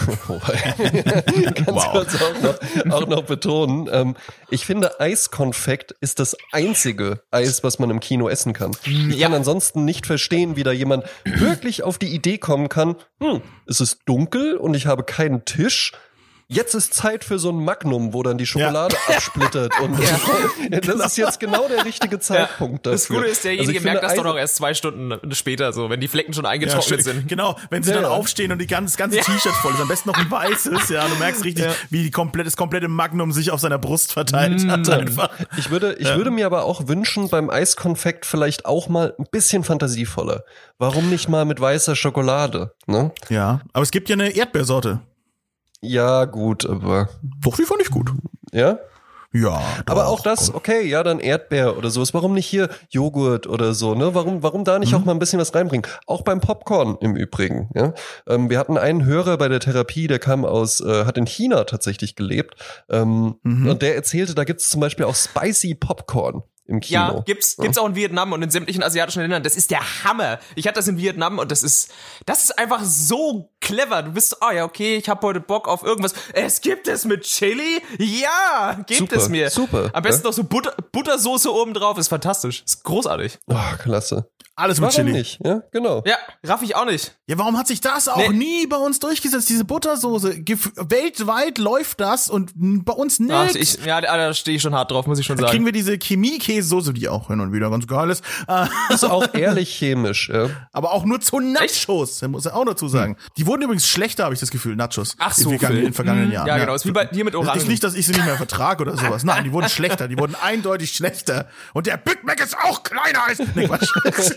ganz wow. kurz auch noch, auch noch betonen. Ähm, ich finde, Eiskonfekt ist das einzige Eis, was man im Kino essen kann. Ich ja. kann ansonsten nicht verstehen, wie da jemand wirklich auf die Idee kommen kann, hm, es ist dunkel und ich habe keinen Tisch. Jetzt ist Zeit für so ein Magnum, wo dann die Schokolade ja. absplittert. Und ja. das ist jetzt genau der richtige Zeitpunkt ja. dafür. Das Gute ist, derjenige also merkt das Eis- doch noch erst zwei Stunden später, so, wenn die Flecken schon eingetrocknet ja, sind. Genau, wenn sie ja. dann aufstehen und die ganze, das ganze ja. T-Shirt voll ist, am besten noch ein weißes, ja, du merkst richtig, ja. wie die komplett, das komplette Magnum sich auf seiner Brust verteilt mm. hat einfach. Ich würde, ich ja. würde mir aber auch wünschen, beim Eiskonfekt vielleicht auch mal ein bisschen fantasievoller. Warum nicht mal mit weißer Schokolade, ne? Ja, aber es gibt ja eine Erdbeersorte. Ja, gut, aber... Doch, die fand ich gut. Ja? Ja. Doch, aber auch das, okay, ja, dann Erdbeer oder sowas. Warum nicht hier Joghurt oder so, ne? Warum, warum da nicht mhm. auch mal ein bisschen was reinbringen? Auch beim Popcorn im Übrigen, ja? Ähm, wir hatten einen Hörer bei der Therapie, der kam aus, äh, hat in China tatsächlich gelebt. Ähm, mhm. Und der erzählte, da gibt's zum Beispiel auch Spicy Popcorn im Kino. Ja, gibt's, gibt's auch in Vietnam und in sämtlichen asiatischen Ländern. Das ist der Hammer. Ich hatte das in Vietnam und das ist, das ist einfach so clever. Du bist, oh ja, okay, ich habe heute Bock auf irgendwas. Es gibt es mit Chili? Ja, gebt super, es mir. Super. Am besten ja? noch so Butter, Buttersoße oben drauf. Ist fantastisch. Ist großartig. Oh, klasse. Alles mit warum Chili. nicht? Ja, genau. Ja, raff ich auch nicht. Ja, warum hat sich das auch nee. nie bei uns durchgesetzt, diese Buttersoße? Gef- weltweit läuft das und bei uns nicht. Ach, ich, ja, da stehe ich schon hart drauf, muss ich schon Da sagen. kriegen wir diese Chemie-Käsesoße, die auch hin und wieder ganz geil ist. Ist auch ehrlich chemisch, ja. Aber auch nur zu Nachos, muss ich auch dazu sagen. Hm. Die wurden übrigens schlechter, habe ich das Gefühl, Nachos. Ach so, in, in den vergangenen hm. Jahren. Ja, genau, ist wie bei dir mit Orangen. Ist nicht, dass ich sie nicht mehr vertrage oder sowas. Nein, die wurden schlechter, die wurden eindeutig schlechter. Und der Big Mac ist auch kleiner als... Nee, Quatsch.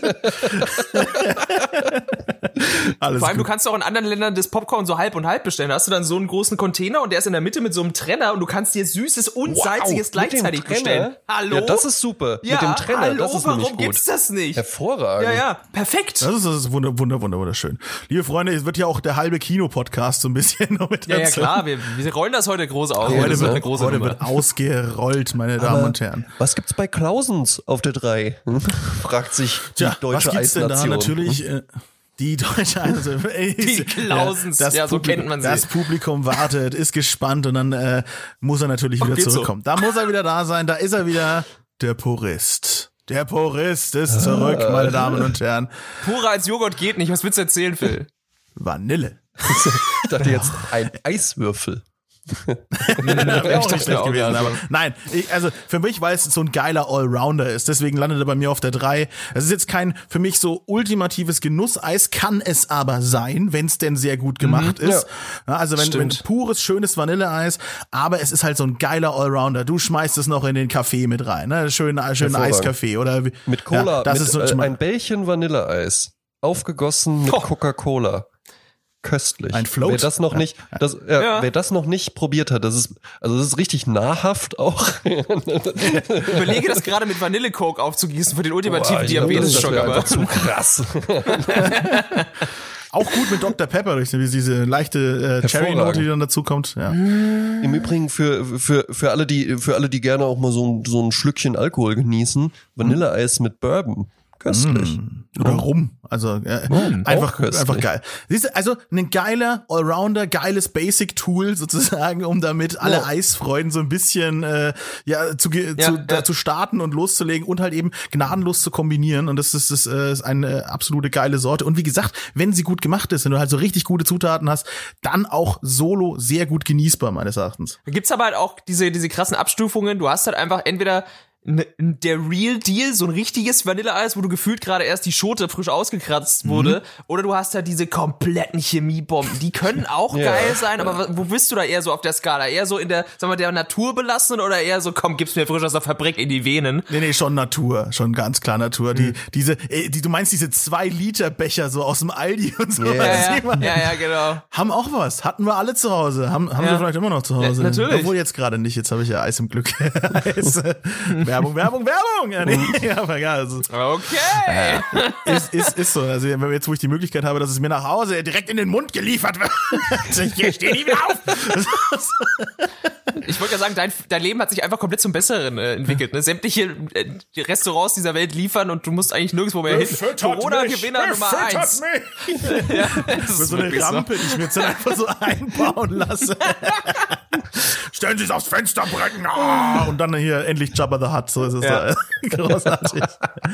Alles Vor allem, gut. du kannst auch in anderen Ländern das Popcorn so halb und halb bestellen. Da hast du dann so einen großen Container und der ist in der Mitte mit so einem Trenner und du kannst dir Süßes und Wow, Salziges gleichzeitig bestellen. Hallo? Ja, das ist super. Ja, mit dem Trenner, hallo, das ist warum nämlich gut. gibt's das nicht? Hervorragend. Ja, ja, perfekt. Das ist, das ist wunder, wunder, wunder, wunderschön. Liebe Freunde, es wird ja auch der halbe Kino-Podcast so ein bisschen noch mit Ja, ja, dazu. klar, wir, wir rollen das heute groß aus. Heute, das wird eine wird, große heute Nummer. wird ausgerollt, meine Damen Aber und Herren. Was gibt's bei Clausens auf der drei? Hm? Fragt sich die Tja, deutsche was gibt's denn da? Eisnation. Natürlich äh, die deutsche Eisnation. Die Clausens, das ja, so Publikum, kennt man sie. Das Publikum wartet, ist gespannt und dann äh, muss er natürlich Oh, wieder geht so. zurückkommen. Da muss er wieder da sein, da ist er wieder, der Purist. Der Purist ist zurück, meine Damen und Herren. Purer als Joghurt geht nicht. Was willst du erzählen, Phil? Vanille. Ich dachte jetzt ein Eiswürfel. Wäre auch nicht schlecht gewesen, aber nein, ich, also für mich, weil es so ein geiler Allrounder ist, deswegen landet er bei mir auf der drei. Es ist jetzt kein für mich so ultimatives Genusseis, kann es aber sein, wenn es denn sehr gut gemacht mhm, ist. Ja. Also wenn, wenn pures, schönes Vanilleeis, aber es ist halt so ein geiler Allrounder. Du schmeißt es noch in den Kaffee mit rein, ne? Schönen, schönen Eiskaffee oder mit Cola, ja, das mit, ist so, äh, ein Bällchen Vanilleeis, aufgegossen mit oh. Coca-Cola. Köstlich. Ein Float. Wer das noch nicht, das, ja, ja. wer das noch nicht probiert hat, das ist, also das ist richtig nahrhaft auch. Überlege das gerade mit Vanille-Coke aufzugießen für den ultimativen Diabetes-Schocker. Das ist zu krass. Auch gut mit Doktor Pepper, durch diese leichte äh, Cherry-Note, die dann dazu kommt. Ja. Im Übrigen für für für alle die für alle die gerne auch mal so ein so ein Schlückchen Alkohol genießen, Vanilleeis mit Bourbon. Köstlich. Mm. Oder Rum. Also äh, mm, einfach, einfach geil. Siehst du, also ein geiler Allrounder, geiles Basic-Tool sozusagen, um damit alle ja. Eisfreuden so ein bisschen äh, ja, zu, ja, zu, ja. Da, zu starten und loszulegen und halt eben gnadenlos zu kombinieren. Und das ist, das ist eine absolute geile Sorte. Und wie gesagt, wenn sie gut gemacht ist, wenn du halt so richtig gute Zutaten hast, dann auch solo sehr gut genießbar, meines Erachtens. Da gibt's aber halt auch diese, diese krassen Abstufungen. Du hast halt einfach entweder der Real Deal, so ein richtiges Vanilleeis, wo du gefühlt gerade erst die Schote frisch ausgekratzt wurde, mhm. oder du hast halt diese kompletten Chemiebomben, die können auch ja. geil sein, aber wo bist du da eher so auf der Skala? Eher so in der, sagen wir, der Natur belassen oder eher so, komm, gib's mir frisch aus der Fabrik in die Venen? Nee, nee, schon Natur, schon ganz klar Natur. Mhm. Die, diese, die, du meinst diese zwei Liter Becher so aus dem Aldi und so. Ja, ja, ja, ja, ja, genau. Haben auch was, hatten wir alle zu Hause, haben, haben ja. wir vielleicht immer noch zu Hause. Ja, natürlich. Obwohl jetzt gerade nicht, jetzt habe ich ja Eis im Glück. Eis. Werbung, Werbung, Werbung! Ja, nee, aber ja, also, okay! Äh, ist, ist, ist so. Also jetzt, wo ich die Möglichkeit habe, dass es mir nach Hause direkt in den Mund geliefert wird. Ich stehe nie wieder auf! Ich wollte ja sagen, dein, dein Leben hat sich einfach komplett zum Besseren äh, entwickelt. Ne? Sämtliche äh, Restaurants dieser Welt liefern und du musst eigentlich nirgendwo mehr hin. Corona-Gewinner Nummer eins. Ja, das ist so eine Rampe, so. Die ich mir jetzt dann einfach so einbauen lasse. Stellen Sie es aufs Fensterbrett. Oh, und dann hier endlich Jabba the Hutt. So ist es ja. Da. Großartig.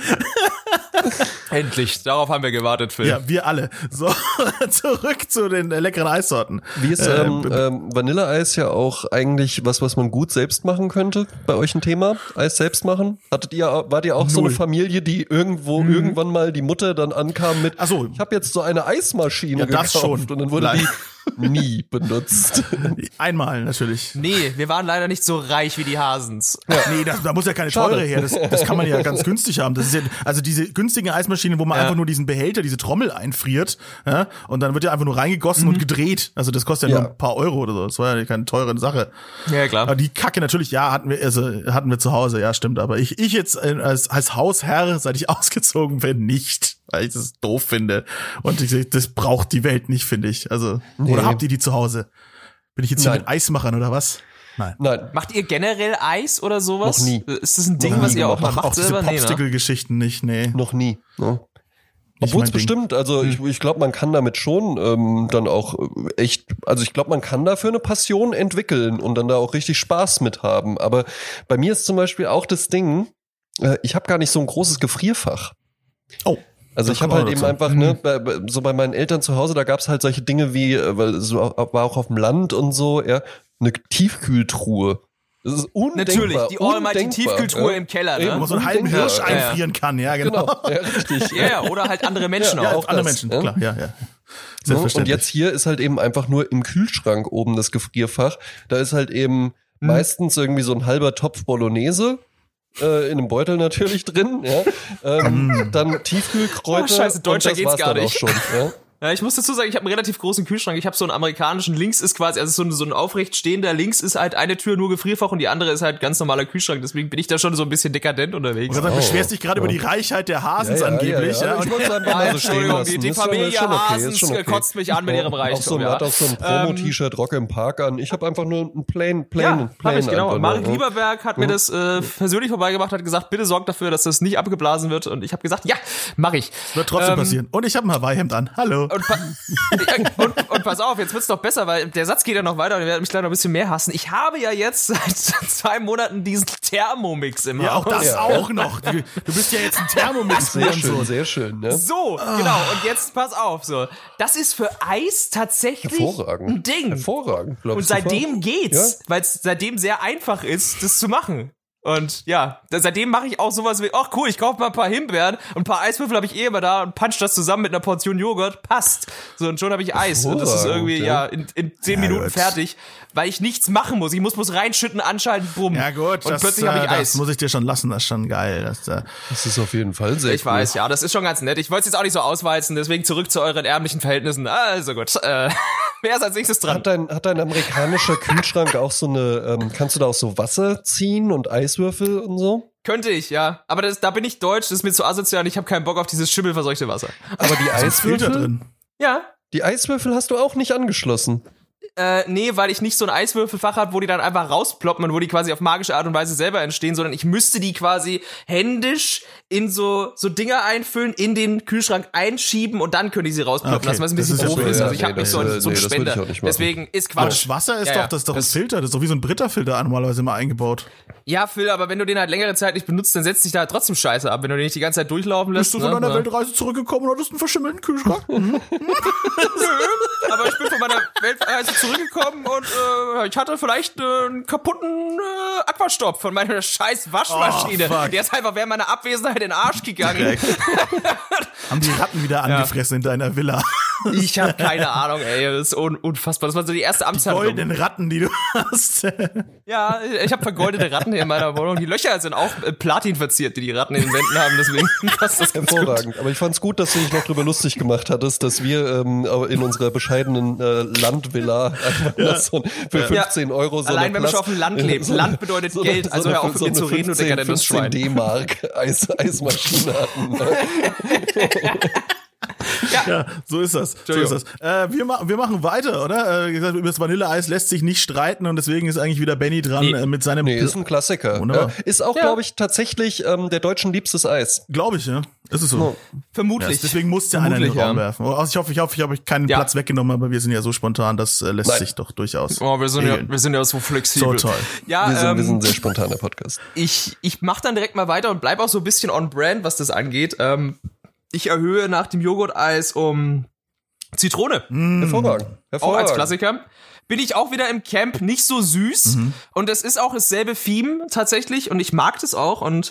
Endlich, darauf haben wir gewartet, Phil. Ja, wir alle. So, zurück zu den äh, leckeren Eissorten. Wie ist ähm, ähm, ähm, Vanilleeis ja auch eigentlich was, was man gut selbst machen könnte? Bei euch ein Thema? Eis selbst machen? Hattet ihr, wart ihr auch Null. So eine Familie, die irgendwo mhm. irgendwann mal die Mutter dann ankam mit, ach so. Ich habe jetzt so eine Eismaschine ja, gekauft das schon. Und dann wurde Nein. die nie benutzt. Einmal natürlich. Nee, wir waren leider nicht so reich wie die Hasens. Ja. Nee, das, da muss ja keine Schade. Teure her. Das, das kann man ja ganz günstig haben. Das ist ja, also diese günstigen Eismaschinen, wo man ja. einfach nur diesen Behälter, diese Trommel einfriert, ja, und dann wird ja einfach nur reingegossen mhm. und gedreht. Also das kostet ja, ja nur ein paar Euro oder so. Das war ja keine teure Sache. Ja, klar. Aber die Kacke natürlich, ja, hatten wir, also hatten wir zu Hause, ja, stimmt. Aber ich, ich jetzt als, als Hausherr, seit ich ausgezogen bin, nicht. Weil ich das doof finde. Und ich, das braucht die Welt nicht, finde ich. Also, nee. Oder habt ihr die zu Hause? Bin ich jetzt hier Nein. mit Eismachern oder was? Nein. Nein. Macht ihr generell Eis oder sowas? Noch nie. Ist das ein Ding, was ihr auch mal macht auch selber? Diese Popsicle-Geschichten nicht, nee. Noch nie. Ne? Obwohl es bestimmt, also ich, ich glaube, man kann damit schon ähm, dann auch echt, also ich glaube, man kann dafür eine Passion entwickeln und dann da auch richtig Spaß mit haben. Aber bei mir ist zum Beispiel auch das Ding, äh, ich habe gar nicht so ein großes Gefrierfach. Oh. Also ich habe halt eben einfach, ne, bei, so bei meinen Eltern zu Hause, da gab's halt solche Dinge wie, weil so war auch auf dem Land und so, ja, eine Tiefkühltruhe. Das ist undenkbar. Natürlich, die Almighty Tiefkühltruhe ja. im Keller, ne? Wo man so einen halben Hirsch ja, einfrieren ja. kann, ja, genau. genau. Ja, richtig. Ja, oder halt andere Menschen ja, auch. Ja, andere Menschen, ja? klar, ja, ja. Selbstverständlich. Und jetzt hier ist halt eben einfach nur im Kühlschrank oben das Gefrierfach. Da ist halt eben hm. meistens irgendwie so ein halber Topf Bolognese. Äh, in einem Beutel natürlich drin, ja. Ähm, dann Tiefkühlkräuter. Oh, scheiße, deutscher und das geht's war's gar dann nicht. Auch schon, ja. Ja, ich muss dazu sagen, ich habe einen relativ großen Kühlschrank. Ich habe so einen amerikanischen, links ist quasi, also so ein, so ein aufrecht stehender, links ist halt eine Tür nur Gefrierfach und die andere ist halt ganz normaler Kühlschrank. Deswegen bin ich da schon so ein bisschen dekadent unterwegs. Du oh, beschwerst dich gerade oh. über die Reichheit der Hasens ja, ja, angeblich. Ja, ja. Ja. Ich muss einfach mal so stehen lassen. Die, die Familie okay, Hasens okay. kotzt mich an mit ihrem Reichtum. So, ja. Hat auch so ein Promo-T-Shirt Rock im Park an. Ich habe einfach nur ein plain, plain, ja, plain. Ich, genau. Marek ne? Lieberberg hat mhm. mir das äh, persönlich vorbeigebracht, hat gesagt, bitte sorgt dafür, dass das nicht abgeblasen wird. Und ich habe gesagt, ja, mach ich. Wird trotzdem ähm, passieren. Und ich habe ein Hawaii-Hemd an. Hallo. Und, pa- und, und pass auf, jetzt wird's doch besser, weil der Satz geht ja noch weiter und ihr werdet mich gleich noch ein bisschen mehr hassen. Ich habe ja jetzt seit zwei Monaten diesen Thermomix im Ja, Haus. auch das Ja. auch noch. Du, du bist ja jetzt ein Thermomix. Sehr schön, sehr schön, ne? So, genau. Und jetzt pass auf, so. Das ist für Eis tatsächlich Hervorragend. ein Ding. Hervorragend, glaube Und ich. seitdem geht's, weil es seitdem sehr einfach ist, das zu machen. Und ja, da- seitdem mache ich auch sowas wie, ach cool, ich kaufe mal ein paar Himbeeren und ein paar Eiswürfel habe ich eh immer da und punch das zusammen mit einer Portion Joghurt, passt. So, und schon habe ich Eis. Und das ist irgendwie, ja, Ja. in, in zehn Ja, Minuten gut. fertig, weil ich nichts machen muss. Ich muss bloß reinschütten, anschalten, bumm. Ja gut, und das, plötzlich habe ich äh, Eis. das muss ich dir schon lassen, das ist schon geil. Das, äh, Das ist auf jeden Fall sehr Ich cool. weiß, ja, das ist schon ganz nett. Ich wollte es jetzt auch nicht so ausweizen, deswegen zurück zu euren ärmlichen Verhältnissen. Also gut, äh, wer ist als nächstes dran? Hat dein, hat dein amerikanischer Kühlschrank auch so eine, ähm, kannst du da auch so Wasser ziehen und Eiswürfel und so? Könnte ich, ja. Aber das, da bin ich deutsch, das ist mir zu asozial und ich habe keinen Bock auf dieses schimmelverseuchte Wasser. Aber die Filter Eiswürfel, drin. Ja, die Eiswürfel hast du auch nicht angeschlossen. Äh, nee, weil ich nicht so ein Eiswürfelfach habe, wo die dann einfach rausploppen und wo die quasi auf magische Art und Weise selber entstehen, sondern ich müsste die quasi händisch in so so Dinger einfüllen, in den Kühlschrank einschieben und dann können die sie rausploppen Okay, lassen, was ein das bisschen ist ja doof schon- ist. ja, Also ich nee, habe nicht das- so einen, so einen nee, das würde ich Spender. auch nicht machen. Deswegen ist Aber Quatsch. Wasser ist Ja, doch, ja. das ist doch ein Das- Filter, das ist doch wie so ein Brita-Filter normalerweise immer eingebaut. Ja, Phil, aber wenn du den halt längere Zeit nicht benutzt, dann setzt sich da halt trotzdem Scheiße ab, wenn du den nicht die ganze Zeit durchlaufen lässt. Bist du von ne? deiner Ja. Weltreise zurückgekommen und hattest einen verschimmelten Kühlschrank? Aber ich bin von meiner Weltreise zurückgekommen und äh, ich hatte vielleicht äh, einen kaputten äh, Aquastopp von meiner scheiß Waschmaschine. Oh, fuck. Der ist einfach während meiner Abwesenheit in den Arsch gegangen. Direkt. Haben die Ratten wieder angefressen in deiner Villa? Ich habe keine Ahnung, ey, das ist un unfassbar. Das war so die erste Amtshandlung. Goldenen Ratten, die du hast. Ja, ich habe vergoldete Ratten hier in meiner Wohnung. Die Löcher sind auch äh, Platin verziert, die die Ratten in den Wänden haben. Deswegen passt das ganz gut. Hervorragend. Aber ich fand's gut, dass du dich noch drüber lustig gemacht hattest, dass wir ähm, in unserer bescheidenen äh, Landvilla einfach ja. so für fünfzehn Euro so Allein wenn man Platz- schon auf dem Land lebt. so eine- Land bedeutet so eine- Geld. so Also eine- hör auf mit so mir eine zu reden, du fünfzehn dekadentes Schwein. D-Mark Eis, Eismaschine hatten. Ne? Ja, so ist das. So ist das. Äh, wir, ma wir machen weiter, oder? Äh, gesagt, über das Vanilleeis lässt sich nicht streiten und deswegen ist eigentlich wieder Benny dran Nee. äh, mit seinem. Nee, ist ein Klassiker. Wunderbar. Ja, ist auch, Ja. glaube ich, tatsächlich ähm, der Deutschen liebstes Eis. Glaube ich, ja. Ist es so. No. Ja, Vermutlich. deswegen musste einer in den Vermutlich, Raum ja. werfen. Also ich hoffe, ich hoffe, ich habe keinen Ja. Platz weggenommen, aber wir sind ja so spontan, das äh, lässt Nein. sich doch durchaus. Oh, wir sind, ja, regeln. wir sind ja so So flexibel. toll. Ja, Wir sind, ähm, wir sind ein sehr spontaner Podcast. ich, ich mach dann direkt mal weiter und bleib auch so ein bisschen on brand, was das angeht. Ähm, ich erhöhe nach dem Joghurt-Eis um Zitrone. Hervorragend. Auch Hervorragend. als Klassiker. Bin ich auch wieder im Camp, nicht so süß. Und es ist auch dasselbe Theme tatsächlich. Und ich mag das auch. Und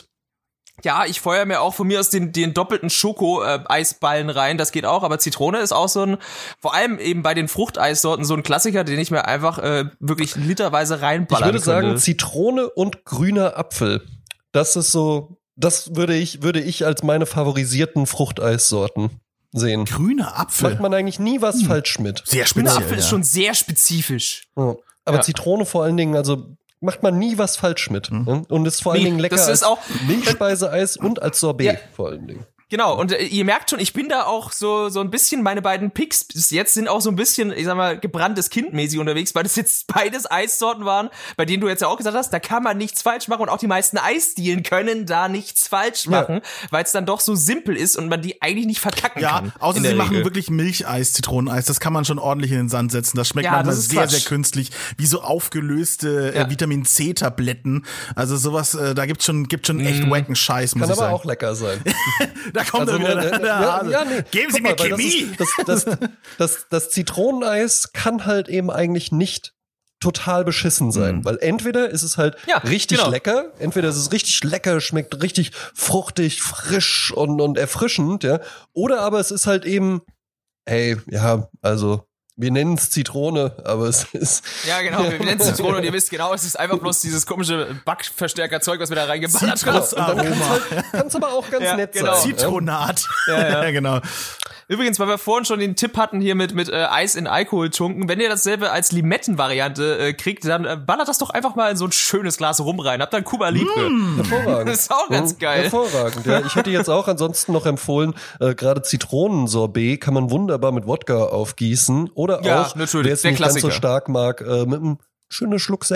ja, ich feuer mir auch von mir aus den, den doppelten Schoko-Eisballen rein. Das geht auch. Aber Zitrone ist auch so ein, vor allem eben bei den Fruchteissorten, so ein Klassiker, den ich mir einfach äh, wirklich literweise Ich reinballern würde sagen, könnte. Zitrone und grüner Apfel. Das ist so, das würde ich, würde ich als meine favorisierten Fruchteissorten sehen. Grüner Apfel. Macht man eigentlich nie was falsch mit. Sehr Grüner speziell. Apfel ist Ja. schon sehr spezifisch. Ja. Aber Ja. Zitrone vor allen Dingen, also macht man nie was falsch mit. Ne? Und ist vor allen Nee, Dingen lecker das ist als auch- Milchspeiseeis und als Sorbet Ja. vor allen Dingen. Genau, und äh, ihr merkt schon, ich bin da auch so so ein bisschen, meine beiden Picks bis jetzt sind auch so ein bisschen, ich sag mal, gebranntes Kind mäßig unterwegs, weil das jetzt beides Eissorten waren, bei denen du jetzt ja auch gesagt hast, da kann man nichts falsch machen und auch die meisten Eisdielen können da nichts falsch machen, weil es dann doch so simpel ist und man die eigentlich nicht verkacken Ja, kann. außer in sie der machen Regel. wirklich Milcheis, Zitroneneis. Das kann man schon ordentlich in den Sand setzen. Das schmeckt Ja, manchmal das ist sehr, Quatsch. sehr künstlich. Wie so aufgelöste Ja. äh, Vitamin-C-Tabletten. Also sowas, äh, da gibt's schon, gibt schon echt Mhm. wacken Scheiß, muss Kann ich aber sagen. auch lecker sein. Da kommt er Also, wieder. äh, der ja, Hase. ja, nee. Geben Sie Guck mir mal, weil das Chemie. ist- Das, das, das, das Zitroneneis kann halt eben eigentlich nicht total beschissen sein, Mhm. weil entweder ist es halt Ja, richtig genau. lecker, entweder ist es richtig lecker, schmeckt richtig fruchtig, frisch und, und erfrischend, ja, oder aber es ist halt eben, hey, ja, also wir nennen es Zitrone, aber es ist Ja, genau, wir nennen es Zitrone und ihr wisst genau, es ist einfach bloß dieses komische Backverstärkerzeug, was wir da reingeballert haben. Zitrus- Aroma. kann es aber auch ganz Ja, nett genau. sein. Zitronat. Ja, ja. genau. Übrigens, weil wir vorhin schon den Tipp hatten hier mit mit äh, Eis in Alkohol tunken, wenn ihr dasselbe als Limettenvariante äh, kriegt, dann äh, ballert das doch einfach mal in so ein schönes Glas rum rein. Habt dann Cuba Libre. Hervorragend. Das ist auch ganz Ja, geil. Hervorragend, ja. Ich hätte jetzt auch ansonsten noch empfohlen, äh, gerade Zitronensorbet kann man wunderbar mit Wodka aufgießen. Oder Ja, auch, natürlich, wer es der nicht ganz so Klassiker. stark mag, äh, mit einem schönen Schluck Sekt.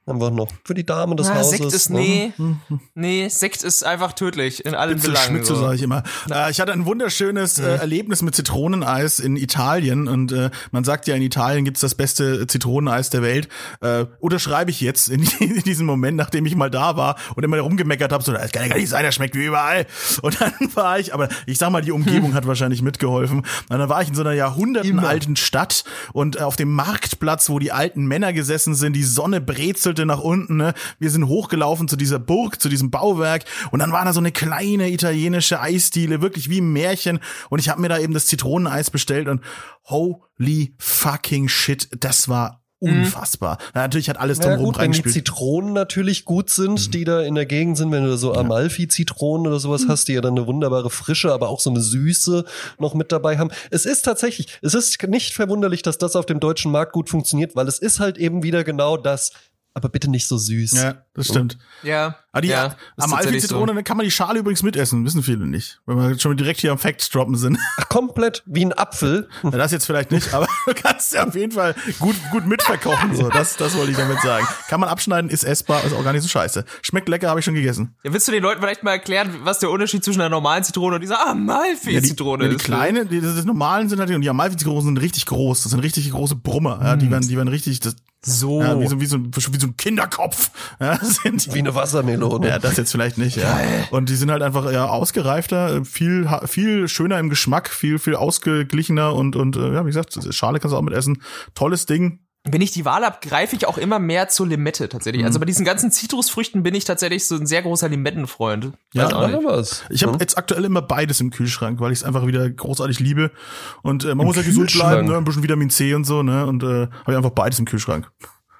Einfach noch für die Dame des Ah, Hauses. Sekt ist, ne? nee, nee, Sekt ist einfach tödlich in allen Spitze Belangen. Schnitzel, So. sag ich immer. Äh, ich hatte ein wunderschönes äh, Erlebnis mit Zitroneneis in Italien und äh, man sagt ja, in Italien gibt's das beste Zitroneneis der Welt. Äh, unterschreibe ich jetzt in, in diesem Moment, nachdem ich mal da war und immer rumgemeckert habe, so, das kann ja gar nicht sein, das schmeckt wie überall. Und dann war ich, aber ich sag mal, die Umgebung hat wahrscheinlich mitgeholfen. Und dann war ich in so einer jahrhundertenalten Stadt und äh, auf dem Marktplatz, wo die alten Männer gesessen sind, die Sonne brezelte nach unten, ne? Wir sind hochgelaufen zu dieser Burg, zu diesem Bauwerk und dann war da so eine kleine italienische Eisdiele, wirklich wie ein Märchen und ich habe mir da eben das Zitroneneis bestellt und holy fucking shit, das war unfassbar. Mhm. Natürlich hat alles Ja drumherum gut, wenn die reingespielt. Zitronen natürlich gut sind, die da in der Gegend sind, wenn du da so Amalfi-Zitronen oder sowas hast, die ja dann eine wunderbare Frische, aber auch so eine Süße noch mit dabei haben. Es ist tatsächlich, es ist nicht verwunderlich, dass das auf dem deutschen Markt gut funktioniert, weil es ist halt eben wieder genau das, aber bitte nicht so süß. Ja, das stimmt. Ja, Aber die ja, ist Amalfi-Zitrone, dann kann man die Schale übrigens mitessen, wissen viele nicht. Wenn wir schon direkt hier am Facts droppen sind. Ach, komplett wie ein Apfel. Ja, das jetzt vielleicht nicht, aber du kannst ja auf jeden Fall gut, gut mitverkochen. So, das, das wollte ich damit sagen. Kann man abschneiden, ist essbar, ist auch gar nicht so scheiße. Schmeckt lecker, habe ich schon gegessen. Ja, willst du den Leuten vielleicht mal erklären, was der Unterschied zwischen einer normalen Zitrone und dieser Amalfi-Zitrone ja, die, ja, ist? die kleine, die, das normalen sind halt, und die Amalfi-Zitronen sind richtig groß. Das sind richtig große Brummer. Ja, die werden, die werden richtig, das, So. ja, wie so, wie so, wie so ein Kinderkopf. Ja, sind die. Wie eine Wassermelone. Ja, das jetzt vielleicht nicht, ja. Und die sind halt einfach ja ausgereifter, viel viel schöner im Geschmack, viel viel ausgeglichener und und ja, wie gesagt, Schale kannst du auch mit essen. Tolles Ding. Wenn ich die Wahl habe, greife ich auch immer mehr zur Limette tatsächlich. Mhm. Also bei diesen ganzen Zitrusfrüchten bin ich tatsächlich so ein sehr großer Limettenfreund. Ja, Weiß auch nicht. was. Ich habe jetzt aktuell immer beides im Kühlschrank, weil ich es einfach wieder großartig liebe. Und äh, man muss ja gesund bleiben, ne? Ein bisschen Vitamin C und so, ne? Und äh, habe ich einfach beides im Kühlschrank.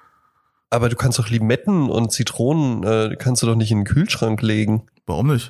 Aber du kannst doch Limetten und Zitronen, äh, kannst du doch nicht in den Kühlschrank legen. Warum nicht?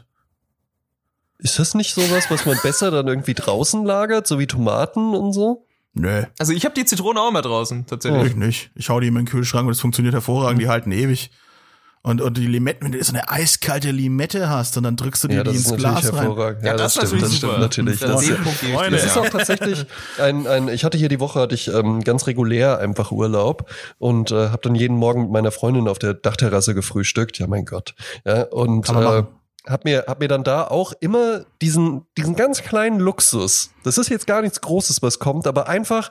Ist das nicht sowas, was man besser dann irgendwie draußen lagert, so wie Tomaten und so? Nö. Also ich habe die Zitrone auch immer draußen, tatsächlich. Ich nicht. Ich hau die immer in den Kühlschrank und es funktioniert hervorragend, die halten ewig. Und, und die Limetten, wenn du so eine eiskalte Limette hast und dann drückst du dir Ja, die das ins ist natürlich Glas rein. hervorragend. Ja, Ja, das, das ist stimmt, das natürlich stimmt super. natürlich. Das Das, ist- ist- Punkt gebe ich Freunde, dir. das ist auch tatsächlich ein, ein, ich hatte hier die Woche, hatte ich ähm, ganz regulär einfach Urlaub und äh, habe dann jeden Morgen mit meiner Freundin auf der Dachterrasse gefrühstückt. Ja, mein Gott. Ja, und Kann man äh, machen. hab mir, hab mir dann da auch immer diesen, diesen ganz kleinen Luxus. Das ist jetzt gar nichts Großes, was kommt, aber einfach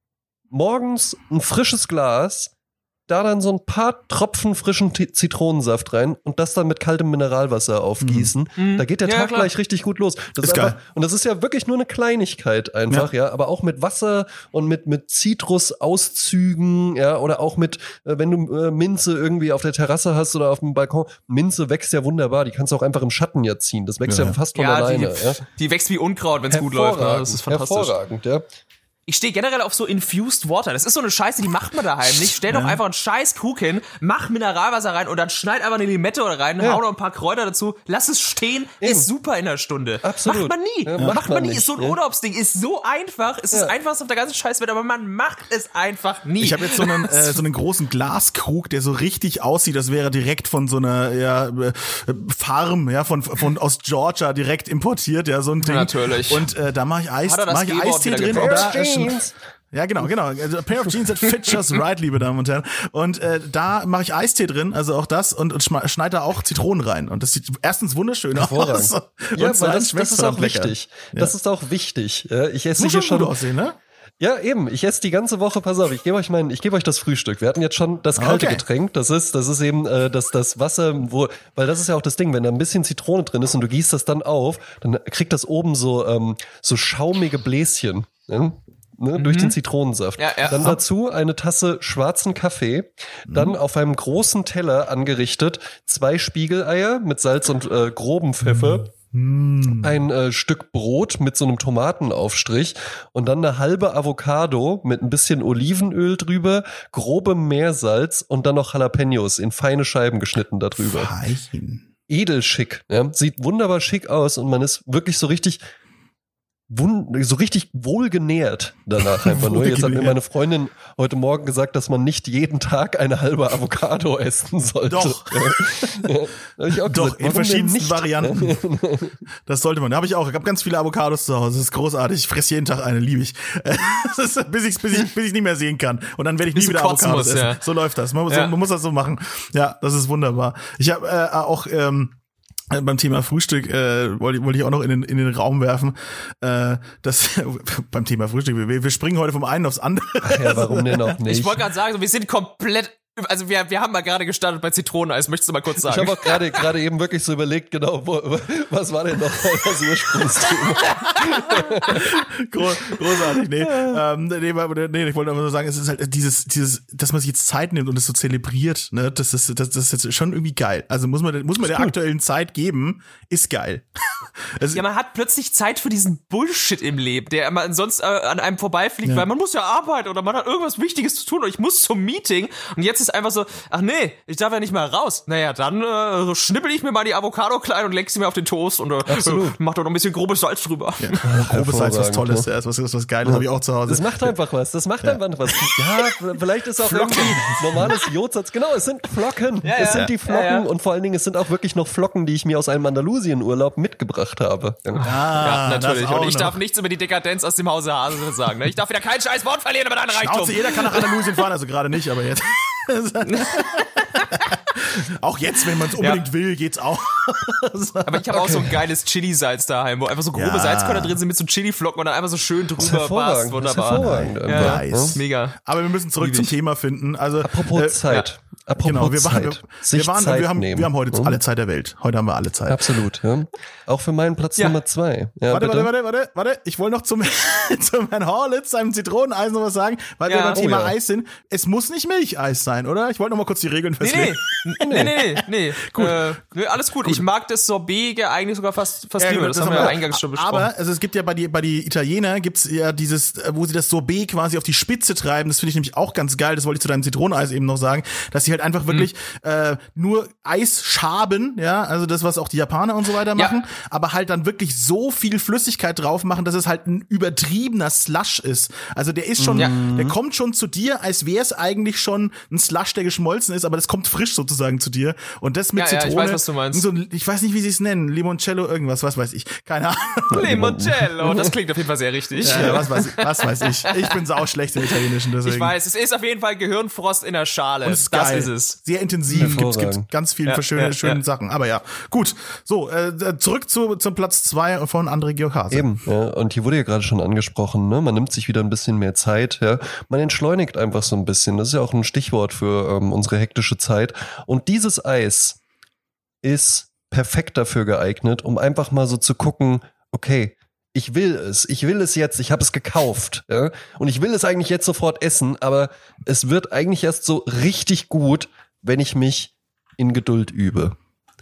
morgens ein frisches Glas, da dann so ein paar Tropfen frischen T- Zitronensaft rein und das dann mit kaltem Mineralwasser aufgießen. Mhm. Da geht der Ja, Tag klar. gleich richtig gut los. Das Ist ist einfach, geil. und das ist ja wirklich nur eine Kleinigkeit einfach, ja, aber auch mit Wasser und mit mit Zitrusauszügen, ja, oder auch mit, äh, wenn du äh, Minze irgendwie auf der Terrasse hast oder auf dem Balkon. Minze wächst ja wunderbar, die kannst du auch einfach im Schatten ja ziehen. Das wächst ja, Ja. fast von Ja, die, alleine. Ja. die wächst wie Unkraut, wenn es gut läuft. Ne? Das ist fantastisch. Hervorragend, ja. Ich stehe generell auf so Infused Water. Das ist so eine Scheiße, die macht man daheim nicht. Stell doch einfach einen scheiß Krug hin, mach Mineralwasser rein und dann schneid einfach eine Limette rein, Ja. hau noch ein paar Kräuter dazu, lass es stehen, Eben. ist super in der Stunde. Absolut. Macht man nie. Ja, macht, macht man man nie. nicht, Ist so ein ja. Urlaubsding, ist so einfach. Es ist Ja. das einfachste auf der ganzen Scheißwelt, aber man macht es einfach nie. Ich habe jetzt so einen, äh, so einen großen Glaskrug, der so richtig aussieht, das wäre direkt von so einer ja, äh, Farm, ja, von von aus Georgia direkt importiert, ja, so ein Ding. Natürlich. Und äh, da mache ich Eis, Hat er das mache ich Skateboard Eistee wieder drin gebaut? und da Pair of ist schon- Jeans. ja, genau, genau. Also a pair of jeans that fit just right, liebe Damen und Herren. Und äh, da mache ich Eistee drin, also auch das, und, und schma- schneide da auch Zitronen rein. Und das sieht erstens wunderschön aus. Hervorragend. Und Ja, weil zweitens das, schmeckt's das ist auch verdammt lecker. wichtig. Das ist auch wichtig. Ja, ich esse Muss hier schon schon. gut aussehen, ne? Ja, eben. Ich esse die ganze Woche. Pass auf, ich gebe euch mein, ich gebe euch das Frühstück. Wir hatten jetzt schon das kalte Okay. Getränk. Das ist, das ist eben äh, das, das Wasser, wo, weil das ist ja auch das Ding. Wenn da ein bisschen Zitrone drin ist und du gießt das dann auf, dann kriegt das oben so ähm, so schaumige Bläschen. Ja? Ne, durch den Zitronensaft. Ja, ja. Dann dazu eine Tasse schwarzen Kaffee, dann auf einem großen Teller angerichtet zwei Spiegeleier mit Salz und äh, grobem Pfeffer, ein äh, Stück Brot mit so einem Tomatenaufstrich und dann eine halbe Avocado mit ein bisschen Olivenöl drüber, grobem Meersalz und dann noch Jalapenos in feine Scheiben geschnitten darüber. Fein. Edelschick, ja, sieht wunderbar schick aus und man ist wirklich so richtig wund- so richtig wohlgenährt danach einfach nur. Jetzt hat mir meine Freundin heute Morgen gesagt, dass man nicht jeden Tag eine halbe Avocado essen sollte. Doch. Ja. Ja. Hab ich auch Doch, gesagt, in warum denn verschiedensten nicht? Varianten. Das sollte man. Da habe ich auch. Ich habe ganz viele Avocados zu Hause. Das ist großartig. Ich fresse jeden Tag eine, liebe ich. Das ist, bis ich bis ich bis ich nicht mehr sehen kann. Und dann werde ich nie Bis du wieder kotzen Avocados musst, essen. ja. So läuft das. Man, Ja. so, man muss das so machen. Ja, das ist wunderbar. Ich habe äh, auch ähm, beim Thema Frühstück äh, wollte ich, wollte ich auch noch in den in den Raum werfen, äh, das beim Thema Frühstück. Wir, wir springen heute vom einen aufs andere. Ja, warum denn auch nicht? Ich wollte gerade sagen, wir sind komplett, also wir, wir haben mal gerade gestartet bei Zitroneneis, möchtest du mal kurz Ich sagen? habe auch gerade gerade eben wirklich so überlegt, genau, wo, was war denn noch das Ursprungsthema? Groß, großartig, nee. ähm, nee, nee, ich wollte aber nur sagen, es ist halt dieses, dieses, dass man sich jetzt Zeit nimmt und es so zelebriert, ne, das ist, das, das ist jetzt schon irgendwie geil. Also muss man, muss man der aktuellen Zeit geben, ist geil. Es, Ja, man hat plötzlich Zeit für diesen Bullshit im Leben, der immer sonst äh, an einem vorbeifliegt, Ja. weil man muss ja arbeiten oder man hat irgendwas Wichtiges zu tun oder ich muss zum Meeting und jetzt ist einfach so, ach nee, ich darf ja nicht mal raus. Naja, dann äh, schnippel ich mir mal die Avocado klein und leg sie mir auf den Toast und äh, Absolut. mach da noch ein bisschen grobes Salz drüber. ja, grobes Salz, was Hervorragend, Tolles, ne? ja, ist was, ist was Geiles, habe ich auch zu Hause. Das macht einfach was, das macht einfach was. Ja, vielleicht ist auch Flocken. irgendwie normales Jodsatz. Genau, es sind Flocken. Ja, es ja. sind die Flocken Ja, ja. und vor allen Dingen, es sind auch wirklich noch Flocken, die ich mir aus einem Andalusien-Urlaub mitgebracht habe. Ah, Ja, natürlich. das auch Und ich noch. darf nichts über die Dekadenz aus dem Hause Hase sagen. Ne? Ich darf wieder kein scheiß Wort verlieren über deinen Reichtum. Schnauze, jeder kann nach Andalusien fahren, also gerade nicht, aber jetzt. Auch jetzt, wenn man es unbedingt Ja. will, geht's auch. Aber ich habe auch so ein geiles Chili-Salz daheim, wo einfach so grobe Ja. Salzkörner drin sind mit so Chili-Flocken und dann einfach so schön drüber passt. hervorragend, das ist Wunderbar. hervorragend. Ja, einfach, Nice. ne? mega. Aber wir müssen zurück Lieb zum ich. Thema finden. Also Apropos äh, Zeit. Apropos Genau, wir waren, Zeit. wir, Sich wir waren, Zeit wir haben, nehmen. wir haben heute Hm? alle Zeit der Welt. Heute haben wir alle Zeit. Absolut, ja. Auch für meinen Platz Ja. Nummer zwei. Ja, Warte, bitte? warte, warte, warte, warte. Ich wollte noch zum, zum Herrn Horlitz, seinem Zitroneneis noch was sagen, weil wir Ja. beim Thema Oh ja. Eis sind. Es muss nicht Milcheis sein, oder? Ich wollte noch mal kurz die Regeln Nee, festlegen. nee, nee, nee, nee. Gut. Äh, nee, alles gut. Ich mag das Sorbet eigentlich sogar fast, fast lieber. gut, Das, haben wir ja eingangs schon besprochen. Aber also es gibt ja bei die, bei die Italiener gibt's ja dieses, äh, wo sie das Sorbet quasi auf die Spitze treiben. Das finde ich nämlich auch ganz geil. Das wollte ich zu deinem Zitroneneis eben noch sagen, dass sie halt einfach wirklich Mhm. äh, nur Eis schaben, ja, also das, was auch die Japaner und so weiter Ja. machen, aber halt dann wirklich so viel Flüssigkeit drauf machen, dass es halt ein übertriebener Slush ist. Also der ist schon, Ja. der kommt schon zu dir, als wäre es eigentlich schon ein Slush, der geschmolzen ist, aber das kommt frisch sozusagen zu dir. Und das mit Ja, ja, ich Zitrone. weiß, was du meinst. So, ein- ich weiß nicht, wie sie es nennen. Limoncello, irgendwas, was weiß ich. Keine Ahnung. Limoncello, das klingt auf jeden Fall sehr richtig. Ja, was, weiß, was weiß ich. Ich bin sau schlecht im Italienischen, deswegen. Ich weiß, es ist auf jeden Fall Gehirnfrost in der Schale. Und es ist das geil. ist es. Sehr intensiv. Gibt's, Hervorragend. gibt's ganz viele Ja, schöne, ja, schöne ja. Sachen. Aber ja, gut. So, äh, zurück zu, zum Platz zwei von André Georgase. Eben, ja. Und hier wurde ja gerade schon angesprochen, ne? Man nimmt sich wieder ein bisschen mehr Zeit, ja. Man entschleunigt einfach so ein bisschen. Das ist ja auch ein Stichwort für ähm, unsere hektische Zeit. Und dieses Eis ist perfekt dafür geeignet, um einfach mal so zu gucken, okay, ich will es, ich will es jetzt, ich habe es gekauft, ja? Und ich will es eigentlich jetzt sofort essen, aber es wird eigentlich erst so richtig gut, wenn ich mich in Geduld übe.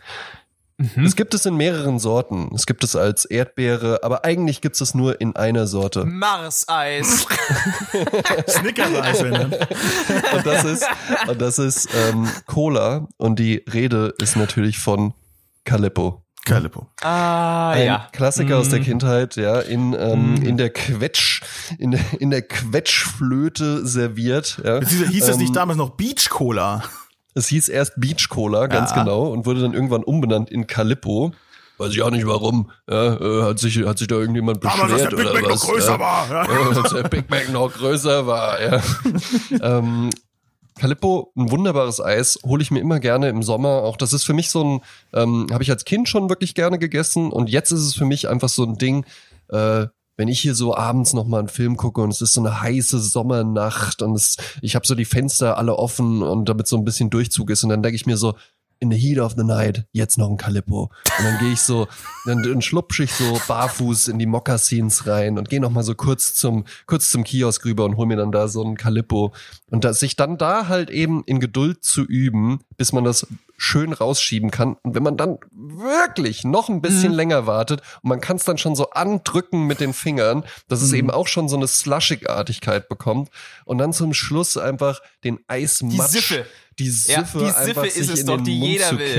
Es gibt es in mehreren Sorten. Es gibt es als Erdbeere, aber eigentlich gibt es es nur in einer Sorte. Mars-Eis. Snickers-Eis, wenn dann. Und das ist, und das ist ähm, Cola. Und die Rede ist natürlich von Calippo. Calippo. Ah, Ein ja. Klassiker aus der Kindheit, ja, in, ähm, in der Quetsch, in, der- in der Quetschflöte serviert. Ja. Hieß, hieß das nicht Ähm, damals noch Beach Cola? Es hieß erst Beach Cola, ganz Ja. genau, und wurde dann irgendwann umbenannt in Calippo. Weiß ich auch nicht warum. Ja, äh, hat sich, hat sich da irgendjemand Damals, als beschwert der Big oder Mac was? noch größer ja. war. Ja. Ja, als der Big Mac noch größer war, ja. ähm, Calippo, ein wunderbares Eis, hole ich mir immer gerne im Sommer. Auch das ist für mich so ein, ähm, habe ich als Kind schon wirklich gerne gegessen und jetzt ist es für mich einfach so ein Ding, äh, wenn ich hier so abends noch mal einen Film gucke und es ist so eine heiße Sommernacht und es, ich habe so die Fenster alle offen und damit so ein bisschen Durchzug ist und dann denke ich mir so, in the heat of the night, jetzt noch ein Calippo. Und dann gehe ich so, dann, dann schlupsche ich so barfuß in die Mokassins rein und gehe noch mal so kurz zum, kurz zum Kiosk rüber und hol mir dann da so ein Calippo. Und dass sich dann da halt eben in Geduld zu üben, bis man das schön rausschieben kann. Und wenn man dann wirklich noch ein bisschen mhm. länger wartet und man kann es dann schon so andrücken mit den Fingern, dass es mhm. eben auch schon so eine Slushig-Artigkeit bekommt und dann zum Schluss einfach den Eismatsch, Die Siffe. die Siffe, Ja, die Siffe einfach ist sich es in doch, den die Mund jeder zu will. kippen.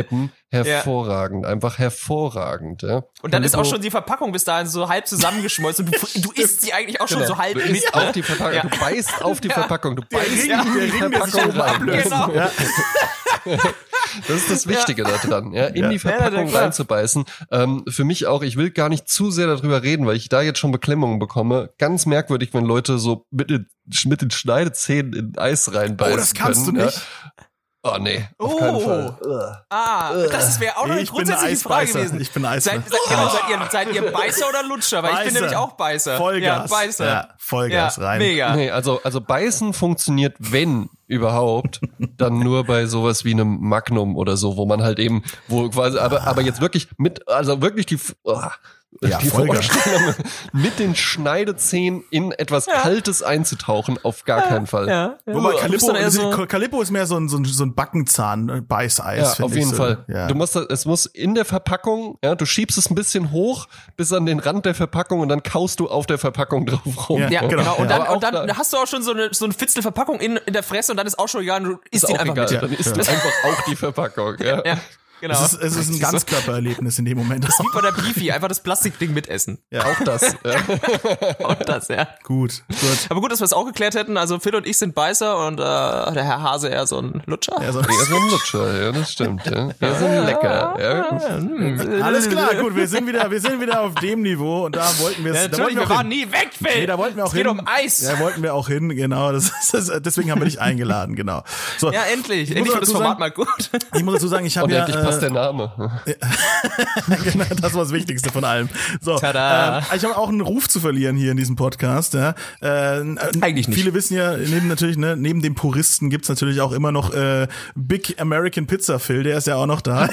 hervorragend, ja. einfach hervorragend. Ja. Und dann ist auch schon die Verpackung bis dahin so halb zusammengeschmolzen. Du, du isst sie eigentlich auch schon genau. so halb du mit. Ja. Auf die Verpackung. Ja. Du beißt auf die ja. Verpackung. Du beißt Ring, in die Ring, Verpackung rein. Genau. Ja. Das ist das Wichtige ja. daran, ja, in ja. die Verpackung ja, reinzubeißen. Ähm, für mich auch, ich will gar nicht zu sehr darüber reden, weil ich da jetzt schon Beklemmungen bekomme. Ganz merkwürdig, wenn Leute so mit den, mit den Schneidezähnen in Eis reinbeißen. Oh, das kannst können, du nicht. Ja. Oh, nee, auf oh. keinen Fall. Ah, das wäre auch noch eine ich grundsätzliche Frage gewesen. Ich bin Eisbeißer. Seid, seid, genau, seid, ihr, seid ihr Beißer oder Lutscher? Weil Beißer. Ich bin nämlich auch Beißer. Vollgas. Ja, Beißer. Ja, Vollgas ja, rein. Mega. Nee, also, also Beißen funktioniert, wenn überhaupt, dann nur bei sowas wie einem Magnum oder so, wo man halt eben, wo quasi, aber, aber jetzt wirklich mit, also wirklich die, oh, ja, die Vollgas. mit den Schneidezähnen in etwas ja. Kaltes einzutauchen, auf gar keinen Fall. Ja, ja. Wobei Calippo, so Calippo ist mehr so ein, so ein, so ein Backenzahn-Beißeis. Ja, auf jeden so. Fall. Ja. Du musst, es muss in der Verpackung, ja, du schiebst es ein bisschen hoch bis an den Rand der Verpackung und dann kaust du auf der Verpackung drauf rum. Ja, ja genau. genau. Und dann, ja, und dann da hast du auch schon so eine, so eine Fitzel Verpackung in, in der Fresse und dann ist auch schon egal, du isst ihn einfach egal. mit. Dann isst du einfach auch die Verpackung. Ja. ja. Genau. Es ist, es ist ein Ganzkörpererlebnis in dem Moment. Das ist wie bei der Beefy, einfach das Plastikding mitessen. Ja. Auch das. Ja. Auch das, ja. Gut, gut. Aber gut, dass wir es auch geklärt hätten. Also Phil und ich sind Beißer und äh, der Herr Hase eher so ein Lutscher. Ja, so er ist ein Lutscher, ja, das stimmt. Ja. Wir sind lecker. Ja. Alles klar, gut, wir sind wieder, wir sind wieder auf dem Niveau und da wollten wir es. Ja, da wollten wir, wir wir waren hin. nie weg, Phil. Nee, da wollten wir auch es hin. geht um Eis. Da wollten wir auch hin, genau. Das ist, das, deswegen haben wir dich eingeladen, genau. So, ja, endlich. Ich Endlich wird das Format sagen, mal gut. Ich muss dazu sagen, ich habe und ja... endlich äh, passt der Name. Genau, das war das Wichtigste von allem. So, Tada. Äh, ich habe auch einen Ruf zu verlieren hier in diesem Podcast. Ja. Äh, Eigentlich nicht. Viele wissen ja, neben natürlich, ne, neben dem Puristen gibt's natürlich auch immer noch äh, Big American Pizza Phil, der ist ja auch noch da.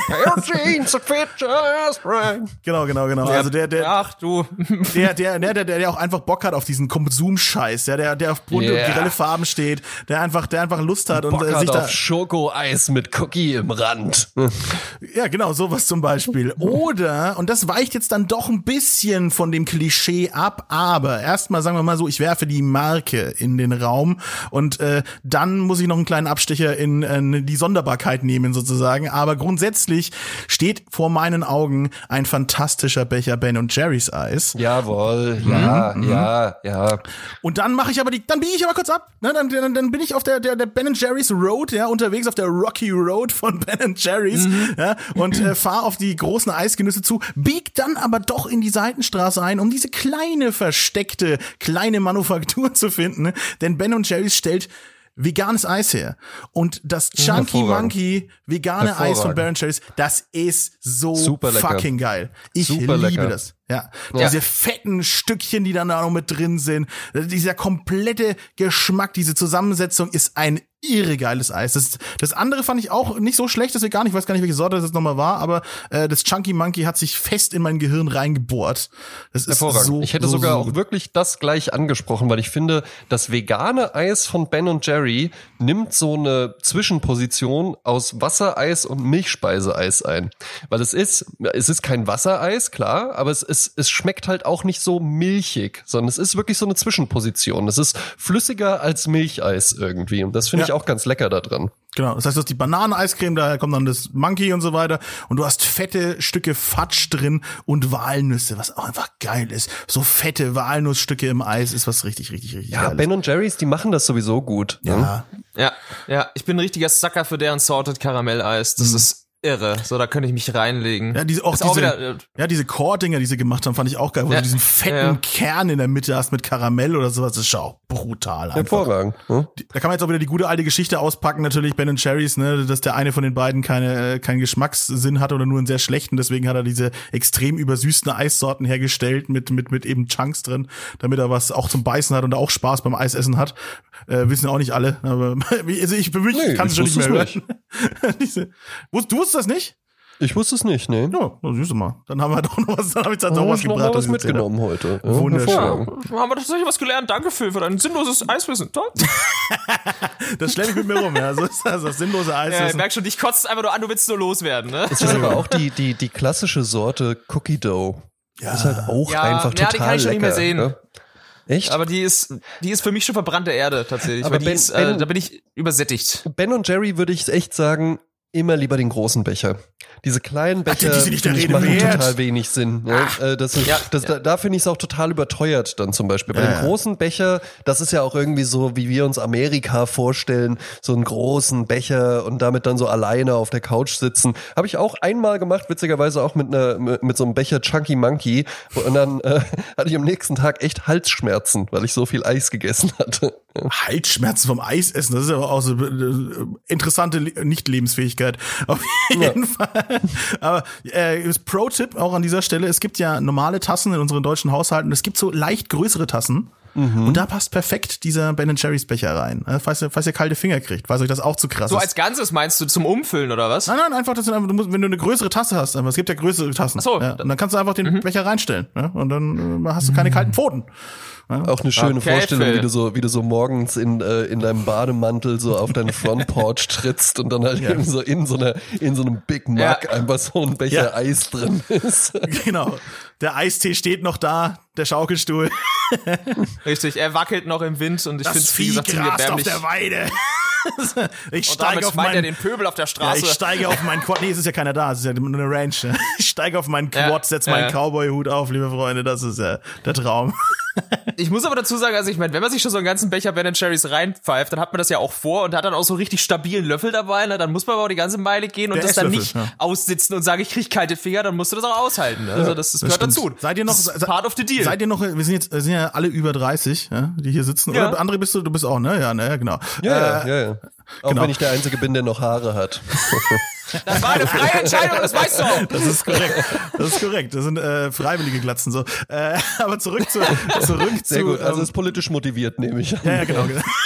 Genau, genau, genau. Also der, der, Ach du. der, der, der, der, der auch einfach Bock hat auf diesen Konsumscheiß, ja, der, der auf bunte Yeah. und grelle Farben steht, der einfach, der einfach Lust hat und Bock äh, hat sich da auf Schokoeis mit Cookie im Rand. Ja, genau, sowas zum Beispiel. Oder, und das weicht jetzt dann doch ein bisschen von dem Klischee ab, aber erstmal sagen wir mal so, ich werfe die Marke in den Raum und äh, dann muss ich noch einen kleinen Abstecher in äh, die Sonderbarkeit nehmen sozusagen, aber grundsätzlich steht vor meinen Augen ein fantastischer Becher Ben und Jerry's Eis. Jawohl, ja, Mhm. ja, ja. Und dann mache ich aber die, dann biege ich aber kurz ab, ne, dann, dann, dann bin ich auf der, der, der Ben Jerry's Road, ja, unterwegs auf der Rocky Road von Ben Jerry's, mhm. ja, und äh, fahre auf die großen Eisgenüsse zu, bieg dann aber doch in die Seitenstraße ein, um diese kleine, versteckte, kleine Manufaktur zu finden, ne? Denn Ben Jerry's stellt veganes Eis her. Und das Chunky Monkey vegane Eis von Ben Jerry's, das ist so Super fucking geil. Ich Super liebe lecker. das. Ja. Ja. Diese fetten Stückchen, die dann da noch mit drin sind. Dieser komplette Geschmack, diese Zusammensetzung ist ein irre geiles Eis. Das, das andere fand ich auch nicht so schlecht, das vegan. Ich weiß gar nicht, welche Sorte das jetzt nochmal war, aber äh, das Chunky Monkey hat sich fest in mein Gehirn reingebohrt. Das ist Hervorragend. so, ich hätte so, sogar so auch gut. wirklich das gleich angesprochen, weil ich finde, das vegane Eis von Ben und Jerry nimmt so eine Zwischenposition aus Wassereis und Milchspeiseeis ein. Weil es ist, es ist kein Wassereis, klar, aber es, es, es schmeckt halt auch nicht so milchig, sondern es ist wirklich so eine Zwischenposition. Es ist flüssiger als Milcheis irgendwie und das finde Ja. ich auch ganz lecker da dran. Genau, das heißt, du hast die Bananeneiscreme, daher kommt dann das Monkey und so weiter und du hast fette Stücke Fatsch drin und Walnüsse, was auch einfach geil ist. So fette Walnussstücke im Eis ist was richtig, richtig, richtig Ja, geiles. Ben und Jerry's, die machen das sowieso gut. Ne? Ja, Ja, ja, ich bin ein richtiger Sucker für deren Salted Karamelleis. Das ist irre. So, da könnte ich mich reinlegen. Ja, diese, auch Ist diese, auch wieder, äh, ja, diese Core-Dinger, die sie gemacht haben, fand ich auch geil, wo Ja. du diesen fetten Ja, ja. Kern in der Mitte hast mit Karamell oder sowas, das ist schon auch brutal einfach. Hervorragend. Ne? Da kann man jetzt auch wieder die gute alte Geschichte auspacken, natürlich Ben und Jerry's, ne, dass der eine von den beiden keine, äh, keinen Geschmackssinn hat oder nur einen sehr schlechten, deswegen hat er diese extrem übersüßten Eissorten hergestellt mit, mit, mit eben Chunks drin, damit er was auch zum Beißen hat und auch Spaß beim Eisessen hat. Äh, wissen auch nicht alle, aber also ich, für mich Nee, kann es ich schon nicht mehr wusste hören. Diese, wusst, du wusstest das nicht? Ich wusste es nicht, ne? Ja, na, siehst du mal. Dann haben wir doch noch was, dann habe ich jetzt Da auch hab was ich noch gebracht. mal was das ich erzählt mitgenommen heute. Ja, Wunderschön. hervorragend. ja, haben wir tatsächlich was gelernt. Danke, Phil, für dein sinnloses Eiswissen. Toll. habe. Das schleppe ich mit mir rum, ja. So ist das, das sinnlose Eis. Ja, ich ist- merk schon, dich kotzt einfach nur an, du willst nur loswerden, ne? Es ist aber auch die, die, die klassische Sorte Cookie Dough. Ja. Ist halt auch Ja, einfach ja, total die kann ich schon nicht mehr lecker, sehen. Ne? Echt? Aber die ist, die ist für mich schon verbrannte Erde, tatsächlich. Aber Weil die Ben- ist, äh, Ben- da bin ich übersättigt. Ben und Jerry würde ich echt sagen, immer lieber den großen Becher. Diese kleinen Becher, die sind nicht der finde ich, Rede machen wert. total wenig Sinn. Ne? Das ist, Ja, das, ja. Da, da finde ich es auch total überteuert dann zum Beispiel. Bei Ja, dem ja. großen Becher, das ist ja auch irgendwie so, wie wir uns Amerika vorstellen, so einen großen Becher und damit dann so alleine auf der Couch sitzen. Habe ich auch einmal gemacht, witzigerweise auch mit einer mit, mit so einem Becher Chunky Monkey. Und dann äh, hatte ich am nächsten Tag echt Halsschmerzen, weil ich so viel Eis gegessen hatte. Halsschmerzen vom Eis essen, das ist aber auch so äh, interessante Le- Nicht-Lebensfähigkeit. Auf jeden Ja. Fall. Aber äh, Pro-Tipp auch an dieser Stelle, es gibt ja normale Tassen in unseren deutschen Haushalten, es gibt so leicht größere Tassen. Und da passt perfekt dieser Ben and Jerry's Becher rein. Also, falls ihr, falls ihr kalte Finger kriegt, falls euch das auch zu krass So ist. als Ganzes meinst du zum Umfüllen oder was? Nein, nein, einfach, das sind einfach, du musst, wenn du eine größere Tasse hast, aber es gibt ja größere Tassen. Ach so. Ja, und dann kannst du einfach den Becher reinstellen. Ja, und dann äh, hast du keine kalten Pfoten. Auch eine schöne Okay, Vorstellung, Phil. wie du so, wie du so morgens in, äh, in deinem Bademantel so auf deinen Front Porch trittst und dann halt eben so in so einer, in so einem Big Mug Ja. einfach so ein Becher Ja. Eis drin ist. Genau. Der Eistee steht noch da, der Schaukelstuhl. Richtig, er wackelt noch im Wind und ich Das finde es, wie Vieh gesagt, ziemlich grast auf erbärmlich. der Weide. Ich Und steige damit auf meint er meinen den Pöbel auf der Ja, Straße. ich steige auf meinen Quad. Nee, es ist ja keiner da, es ist ja nur eine Ranch. Ich steige auf meinen Ja, Quad, setze ja, meinen ja. Cowboy-Hut auf, liebe Freunde. Das ist ja der Traum. Ich muss aber dazu sagen, also ich meine, wenn man sich schon so einen ganzen Becher Ben and Jerry's reinpfeift, dann hat man das ja auch vor und hat dann auch so richtig stabilen Löffel dabei, ne? Dann muss man aber auch die ganze Meile gehen und Der das dann Esslöffel, nicht ja. aussitzen und sagen, ich krieg kalte Finger, dann musst du das auch aushalten. Ne? Also das, das gehört stimmt. dazu. Seid ihr noch, das ist se- part of the deal. Seid ihr noch, wir sind jetzt, wir sind ja alle über dreißig, ja, die hier sitzen. Ja. Oder André bist du, du bist auch, ne? Ja, ne, genau. Ja, Äh, ja, ja. Auch genau. wenn ich der Einzige bin, der noch Haare hat. Das war eine freie Entscheidung, das weißt du auch. Das ist korrekt. Das ist korrekt. Das sind äh, freiwillige Glatzen so. Äh, aber zurück zu zurück Sehr zu gut, also ähm, ist politisch motiviert, nehme ich an. ja, ja, genau.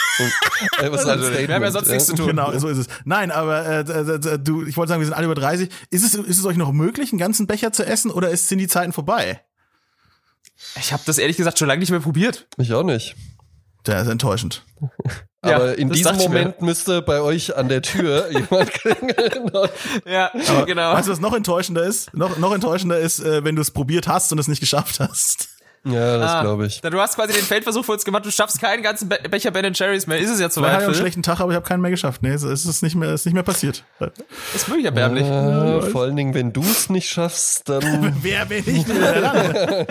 Äh, was ist ein Also, wir haben ja Statement, sonst nichts zu tun. Genau, so ist es. Nein, aber äh, äh, du, ich wollte sagen, wir sind alle über dreißig. Ist es, ist es euch noch möglich, einen ganzen Becher zu essen oder ist, sind die Zeiten vorbei? Ich habe das ehrlich gesagt schon lange nicht mehr probiert. Ich auch nicht. Der ist enttäuschend. Ja, Aber in das diesem dachte ich mir. Moment müsste bei euch an der Tür jemand klingeln. Ja, genau. Weißt du, was noch enttäuschender ist? Noch, noch enttäuschender ist, äh, wenn du es probiert hast und es nicht geschafft hast. Ja, das Ah, glaube ich. Du hast quasi den Feldversuch für uns gemacht, du schaffst keinen ganzen Be Becher Ben and Jerry's mehr. Ist es jetzt Ich hatte soweit, einen Phil? schlechten Tag, aber ich habe keinen mehr geschafft. Nee, es ist nicht mehr, ist nicht mehr passiert. Ist wirklich erbärmlich. Äh, vor allen Dingen, wenn du es nicht schaffst, dann Wer bin ich denn der Lange?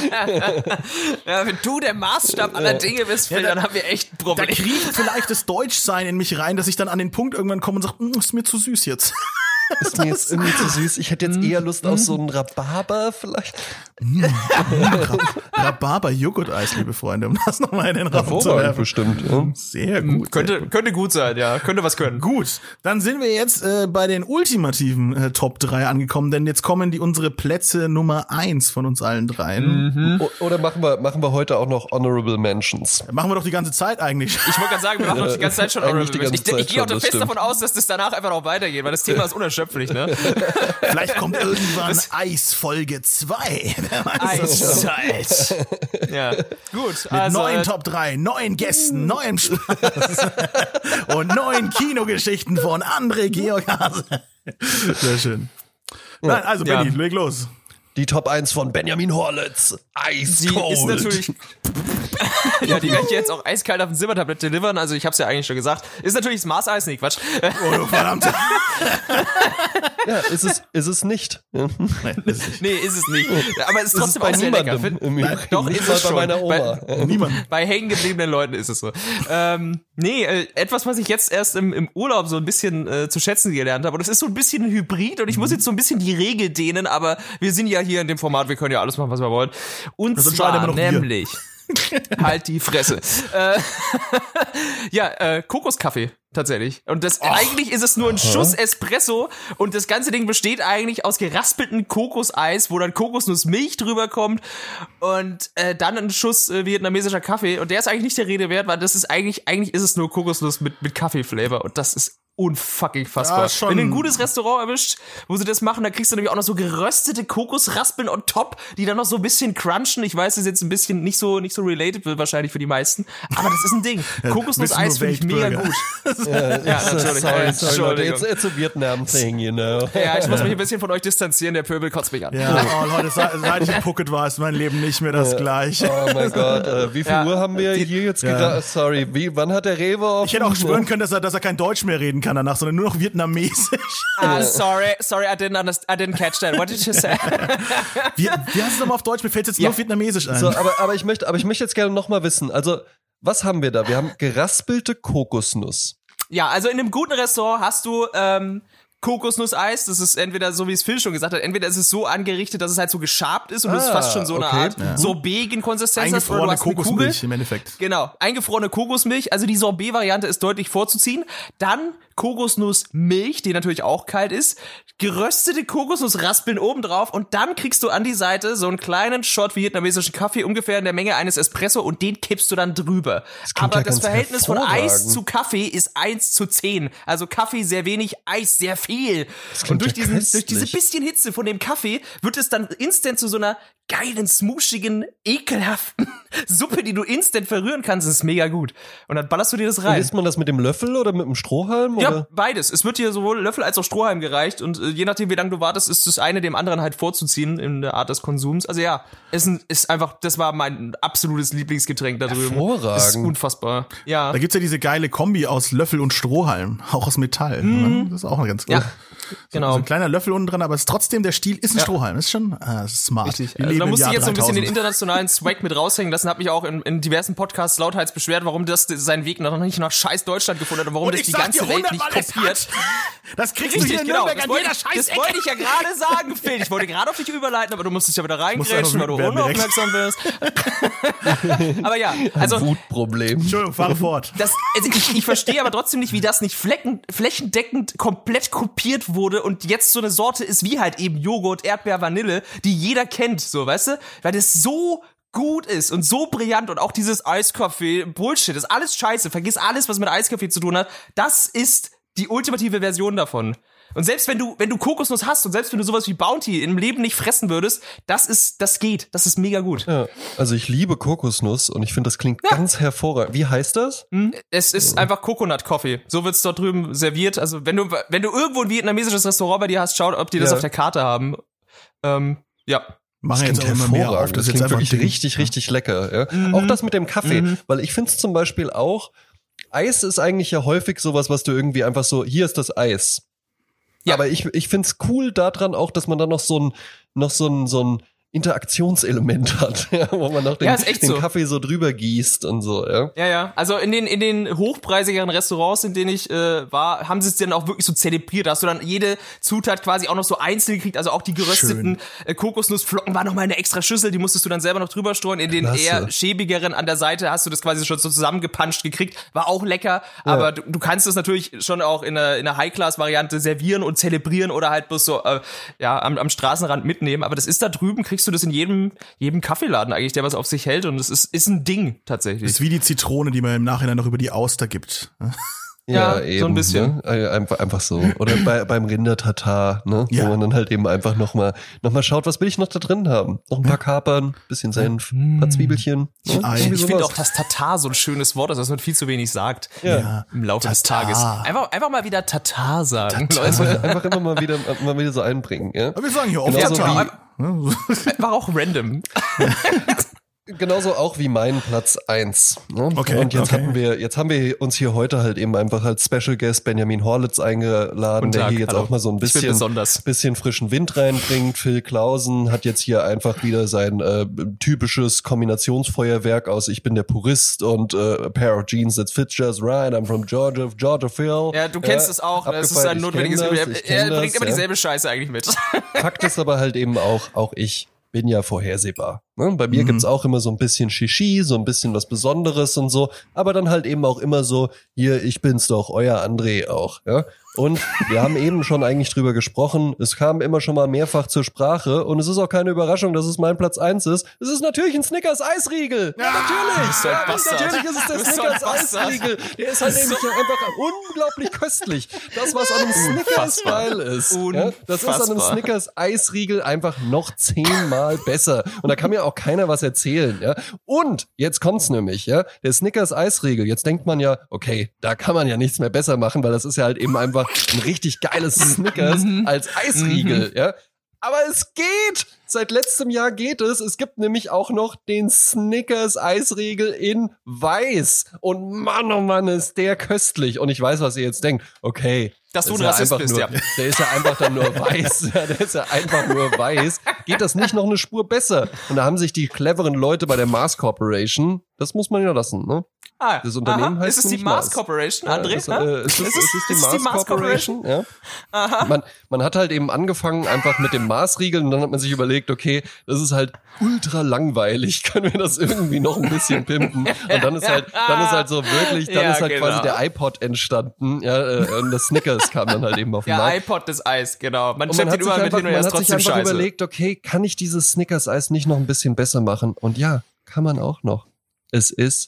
Ja, wenn du der Maßstab aller Dinge bist, Phil, Ja, da- dann haben wir echt ein Da Problem. kriegt vielleicht das Deutschsein in mich rein, dass ich dann an den Punkt irgendwann komme und sage, "Mm, ist mir zu süß jetzt. ist mir jetzt irgendwie zu süß. Ich hätte jetzt eher Lust auf so einen Rhabarber vielleicht. Rhabarber-Joghurt-Eis, liebe Freunde, um das nochmal in den Raum zu werfen. bestimmt. Ja. Sehr gut. Könnte, könnte gut sein, ja. Könnte was können. Gut, dann sind wir jetzt äh, bei den ultimativen äh, Top drei angekommen, denn jetzt kommen die unsere Plätze Nummer eins von uns allen dreien. O- Oder machen wir, machen wir heute auch noch Honorable Mentions? Machen wir doch die ganze Zeit eigentlich. Ich wollte gerade sagen, wir machen doch die ganze Zeit schon Eigentlich Honorable die Mention. ganze Ich, ich Zeit gehe auch schon, das fest stimmt. davon aus, dass das danach einfach noch weitergeht, weil das Thema ist unerschöpflich, ne? Vielleicht kommt irgendwann Eisfolge zwei. Wer weiß das schon. Eiszeit. Ja, gut. Mit Also, neuen äh, Top drei, neuen Gästen, neuem Spaß und neuen Kinogeschichten von André Georg Hase. Sehr schön. Nein, also Ja. Benni, leg los. Die Top eins von Benjamin Horlitz. Ice die Cold. ist natürlich. Ja, die werde ich jetzt auch eiskalt auf dem Silbertablett delivern. Also ich hab's ja eigentlich schon gesagt. Ist natürlich das Mars Eis, nee, Quatsch. Oh, verdammt. Ja, ist es, ist es nicht. Ja. Nein, das ist nicht. Nee, ist es nicht. Aber es ist Ist es trotzdem bei auch sehr lecker. niemandem. Find- Im Übrigen. Doch, Nicht ist mal es bei schon. meiner Oma. Bei, Niemand. bei hängengebliebenen Leuten ist es so. Ähm, nee, äh, etwas, was ich jetzt erst im, im Urlaub so ein bisschen äh, zu schätzen gelernt habe. Und das ist so ein bisschen ein Hybrid und ich muss jetzt so ein bisschen die Regel dehnen, aber wir sind ja hier in dem Format, wir können ja alles machen, was wir wollen. Und Das entscheiden zwar immer noch wir. nämlich... halt die Fresse. äh, ja, äh, Kokoskaffee. Tatsächlich. Und das eigentlich ist es nur ein Schuss Espresso und das ganze Ding besteht eigentlich aus geraspelten Kokoseis, wo dann Kokosnussmilch drüber kommt und äh, dann ein Schuss äh, vietnamesischer Kaffee und der ist eigentlich nicht der Rede wert, weil das ist eigentlich eigentlich ist es nur Kokosnuss mit mit Kaffeeflavor und das ist unfucking fassbar. Ja, schon. Wenn du ein gutes Restaurant erwischt, wo sie das machen, dann kriegst du nämlich auch noch so geröstete Kokosraspeln on top, die dann noch so ein bisschen crunchen. Ich weiß, das ist jetzt ein bisschen nicht so nicht so relatable wahrscheinlich für die meisten, aber das ist ein Ding. Kokosnusseis finde ich mega Weltbürger. gut. Ja, Ja, sorry, natürlich. sorry, Leute. Entschuldigung. It's, it's a Vietnam thing, you know. Ja, ich muss mich ein bisschen von euch distanzieren, der Pöbel kotzt mich an. Ja, oh Leute, seit, seit ich in Phuket war, ist mein Leben nicht mehr das gleiche. Oh mein Gott, äh, wie viel Ja. Uhr haben wir hier jetzt Ja. gedacht? Sorry, wie, wann hat der Rewe auf? Ich hätte auch schwören können, dass er, dass er kein Deutsch mehr reden kann danach, sondern nur noch vietnamesisch. Ah, sorry, sorry, I didn't understand, I didn't catch that. What did you say? Wie, wie heißt es nochmal auf Deutsch? Mir fällt jetzt Ja. nur vietnamesisch ein. So, aber, aber, ich möchte, aber ich möchte jetzt gerne noch mal wissen, also was haben wir da? Wir haben geraspelte Kokosnuss. Ja, also in einem guten Restaurant hast du ähm, Kokosnusseis. Das ist entweder, so wie es Phil schon gesagt hat, entweder ist es so angerichtet, dass es halt so geschabt ist und du Ah, hast fast schon so eine okay. Art Ja. Sorbet-Konsistenz hast, oder du Eingefrorene hast eine Kugel. Kokosmilch im Endeffekt. Genau, eingefrorene Kokosmilch, also die Sorbet-Variante ist deutlich vorzuziehen. Dann Kokosnussmilch, die natürlich auch kalt ist, geröstete Kokosnussraspeln obendrauf und dann kriegst du an die Seite so einen kleinen Shot vietnamesischen Kaffee, ungefähr in der Menge eines Espresso und den kippst du dann drüber. klingt Aber ja das ganz Verhältnis von Eis hervorragend. zu Kaffee ist eins zu zehn. Also Kaffee sehr wenig, Eis sehr viel. Und durch, ja diesen, durch köstlich. diese bisschen Hitze von dem Kaffee wird es dann instant zu so einer geilen, smuschigen, ekelhaften Suppe, die du instant verrühren kannst. Das ist mega gut. Und dann ballerst du dir das Und rein. isst man das mit dem Löffel oder mit dem Strohhalm? Ja, Oder? beides. Es wird dir sowohl Löffel als auch Strohhalm gereicht und äh, je nachdem, wie lange du wartest, ist das eine dem anderen halt vorzuziehen in der Art des Konsums. Also ja, es ist, ist einfach, das war mein absolutes Lieblingsgetränk da drüben. Hervorragend. Das ist unfassbar. Ja. Da gibt's ja diese geile Kombi aus Löffel und Strohhalm, auch aus Metall. Ne? Das ist auch eine ganz Ja, cool. genau. So ein kleiner Löffel unten dran, aber es ist trotzdem, der Stiel ist ein Ja. Strohhalm. Das ist schon ah, das ist smart. Richtig. Wir Also leben da im musste ich Jahr jetzt so ein bisschen den dreitausend. internationalen Swag mit raushängen lassen, hab mich auch in, in diversen Podcasts lauthals beschwert, warum das seinen Weg noch nicht nach scheiß Deutschland gefunden hat und warum Und das ich die sag ganze dir Welt nicht hundertmal, es kopiert. hat. Das kriegst du hier Richtig, in genau. Nürnberg Das an wollte, jeder ich, scheiß das wollte ich ja gerade sagen, Phil. Ich wollte gerade auf dich überleiten, aber du musstest ja wieder Musst reingrätschen, weil einfach du werden direkt. unaufmerksam wirst. Aber ja, also Wutproblem. Entschuldigung, fahre fort. das, also ich, ich verstehe aber trotzdem nicht, wie das nicht flecken, flächendeckend komplett kopiert wurde und jetzt so eine Sorte ist wie halt eben Joghurt, Erdbeer, Vanille, die jeder kennt, so, weißt du? Weil das so gut ist und so brillant und auch dieses Eiskaffee, Bullshit, ist alles scheiße, vergiss alles, was mit Eiskaffee zu tun hat. Das ist die ultimative Version davon. Und selbst wenn du, wenn du Kokosnuss hast und selbst wenn du sowas wie Bounty im Leben nicht fressen würdest, das ist, das geht, das ist mega gut. Ja, also ich liebe Kokosnuss und ich finde, das klingt ganz hervorragend. Wie heißt das? Es ist einfach Coconut Coffee. So wird's dort drüben serviert. Also wenn du, wenn du irgendwo ein vietnamesisches Restaurant bei dir hast, schau, ob die das Ja. auf der Karte haben. Ähm, ja. Machen jetzt auch immer mehr auf. Das, ist klingt jetzt einfach wirklich ein Ding. richtig, richtig lecker. Ja? Auch das mit dem Kaffee, weil ich finde es zum Beispiel auch, Eis ist eigentlich ja häufig sowas, was du irgendwie einfach so, hier ist das Eis. Ja. Aber ich, ich finde es cool daran auch, dass man dann noch so ein, noch so ein, so ein Interaktionselement hat, ja, wo man noch den, Ja, ist echt den so. Kaffee so drüber gießt und so, ja. Ja, ja. Also in den in den hochpreisigeren Restaurants, in denen ich äh, war, haben sie es dann auch wirklich so zelebriert. Da hast du dann jede Zutat quasi auch noch so einzeln gekriegt. Also auch die gerösteten äh, Kokosnussflocken waren noch mal in einer extra Schüssel. Die musstest du dann selber noch drüber streuen. In den Klasse. eher schäbigeren an der Seite hast du das quasi schon so zusammengepanscht gekriegt. War auch lecker. Aber du, du kannst es natürlich schon auch in einer, in einer High-Class-Variante servieren und zelebrieren oder halt bloß so äh, ja am, am Straßenrand mitnehmen. Aber das ist da drüben, kriegst du das in jedem jedem Kaffeeladen eigentlich, der was auf sich hält. Und es ist ist ein Ding tatsächlich. Das ist wie die Zitrone, die man im Nachhinein noch über die Auster gibt. Ja, so ein bisschen. Ne? Äh, Einfach, einfach so. Oder bei, beim Rindertatar, ne? Ja. Wo man dann halt eben einfach nochmal noch mal schaut, was will ich noch da drin haben? Noch ein paar Kapern, bisschen Senf, ein paar Zwiebelchen. Ne? Ei. Irgendwie Ich finde sowas. auch, dass Tatar so ein schönes Wort ist, dass man viel zu wenig sagt Ja. im Laufe des Tatar. Tages. Einfach, einfach mal wieder Tatar sagen, Leute. Einfach, einfach immer mal wieder, mal wieder so einbringen, ja? Aber wir sagen hier oft Genauso Tatar. Einfach auch random. Genauso auch wie mein Platz eins. Ne? Okay, Und jetzt okay. hatten wir, jetzt haben wir uns hier heute halt eben einfach als Special Guest Benjamin Horlitz eingeladen, Guten der Tag, hier jetzt hallo. auch mal so ein Ich bin bisschen, besonders. bisschen frischen Wind reinbringt. Phil Clausen hat jetzt hier einfach wieder sein äh, typisches Kombinationsfeuerwerk aus Ich bin der Purist und äh, a pair of jeans that fit just right, I'm from Georgia, Georgia Phil. Ja, du kennst es auch, das ist abgefeiert, ein ich notwendiges kenn Übel. das, ich Er, kenn er bringt das, immer ja. dieselbe Scheiße eigentlich mit. Fakt ist aber halt eben auch, auch ich bin ja vorhersehbar. Ne? Bei mir Mhm. gibt's auch immer so ein bisschen Shishi, so ein bisschen was Besonderes und so, aber dann halt eben auch immer so, hier, ich bin's doch, euer André auch. Ja? Und wir haben eben schon eigentlich drüber gesprochen, es kam immer schon mal mehrfach zur Sprache und es ist auch keine Überraschung, dass es mein Platz eins ist. Es ist natürlich ein Snickers Eisriegel. Ja, natürlich. bist so ein Ja, Bastard. natürlich ist es der Du bist so ein Snickers Bastard. Eisriegel. Der ist halt nämlich einfach unglaublich köstlich. Das, was an einem Snickers Unfassbar. geil ist. Ja? Das ist an einem Unfassbar. Snickers Eisriegel einfach noch zehnmal besser. Und da kann mir auch keiner was erzählen, ja. Und jetzt kommt's nämlich, ja. Der Snickers Eisriegel. Jetzt denkt man ja, okay, da kann man ja nichts mehr besser machen, weil das ist ja halt eben einfach ein richtig geiles Snickers als Eisriegel, ja. Aber es geht! Seit letztem Jahr geht es. Es gibt nämlich auch noch den Snickers Eisriegel in Weiß. Und Mann, oh Mann, ist der köstlich. Und ich weiß, was ihr jetzt denkt. Okay. Dass du ein ja Rassist bist, nur, ja. Der ist ja einfach dann nur weiß. Ja, der ist ja einfach nur weiß. Geht das nicht noch eine Spur besser? Und da haben sich die cleveren Leute bei der Mars Corporation, das muss man ja lassen, ne? Ah, das Unternehmen aha. heißt Ist es die Mars Corporation, André? Ja, ist, äh, ist, es, ist, es die, ist Mars die Mars Corporation? Corporation? Ja. Aha. Man, man hat halt eben angefangen einfach mit dem Mars-Riegel und dann hat man sich überlegt, okay, das ist halt ultra langweilig, können wir das irgendwie noch ein bisschen pimpen? Und dann ist halt, dann ist halt so wirklich, dann Ja, ist halt genau. quasi der iPod entstanden, ja, äh, und das Snickers kam dann halt eben auf den Ja, Markt. iPod des Eis, genau. Man Und man schleppt hat ihn sich überall mit einfach, hin und er man ist hat sich trotzdem einfach scheiße. überlegt, okay, kann ich dieses Snickers-Eis nicht noch ein bisschen besser machen? Und ja, kann man auch noch. Es ist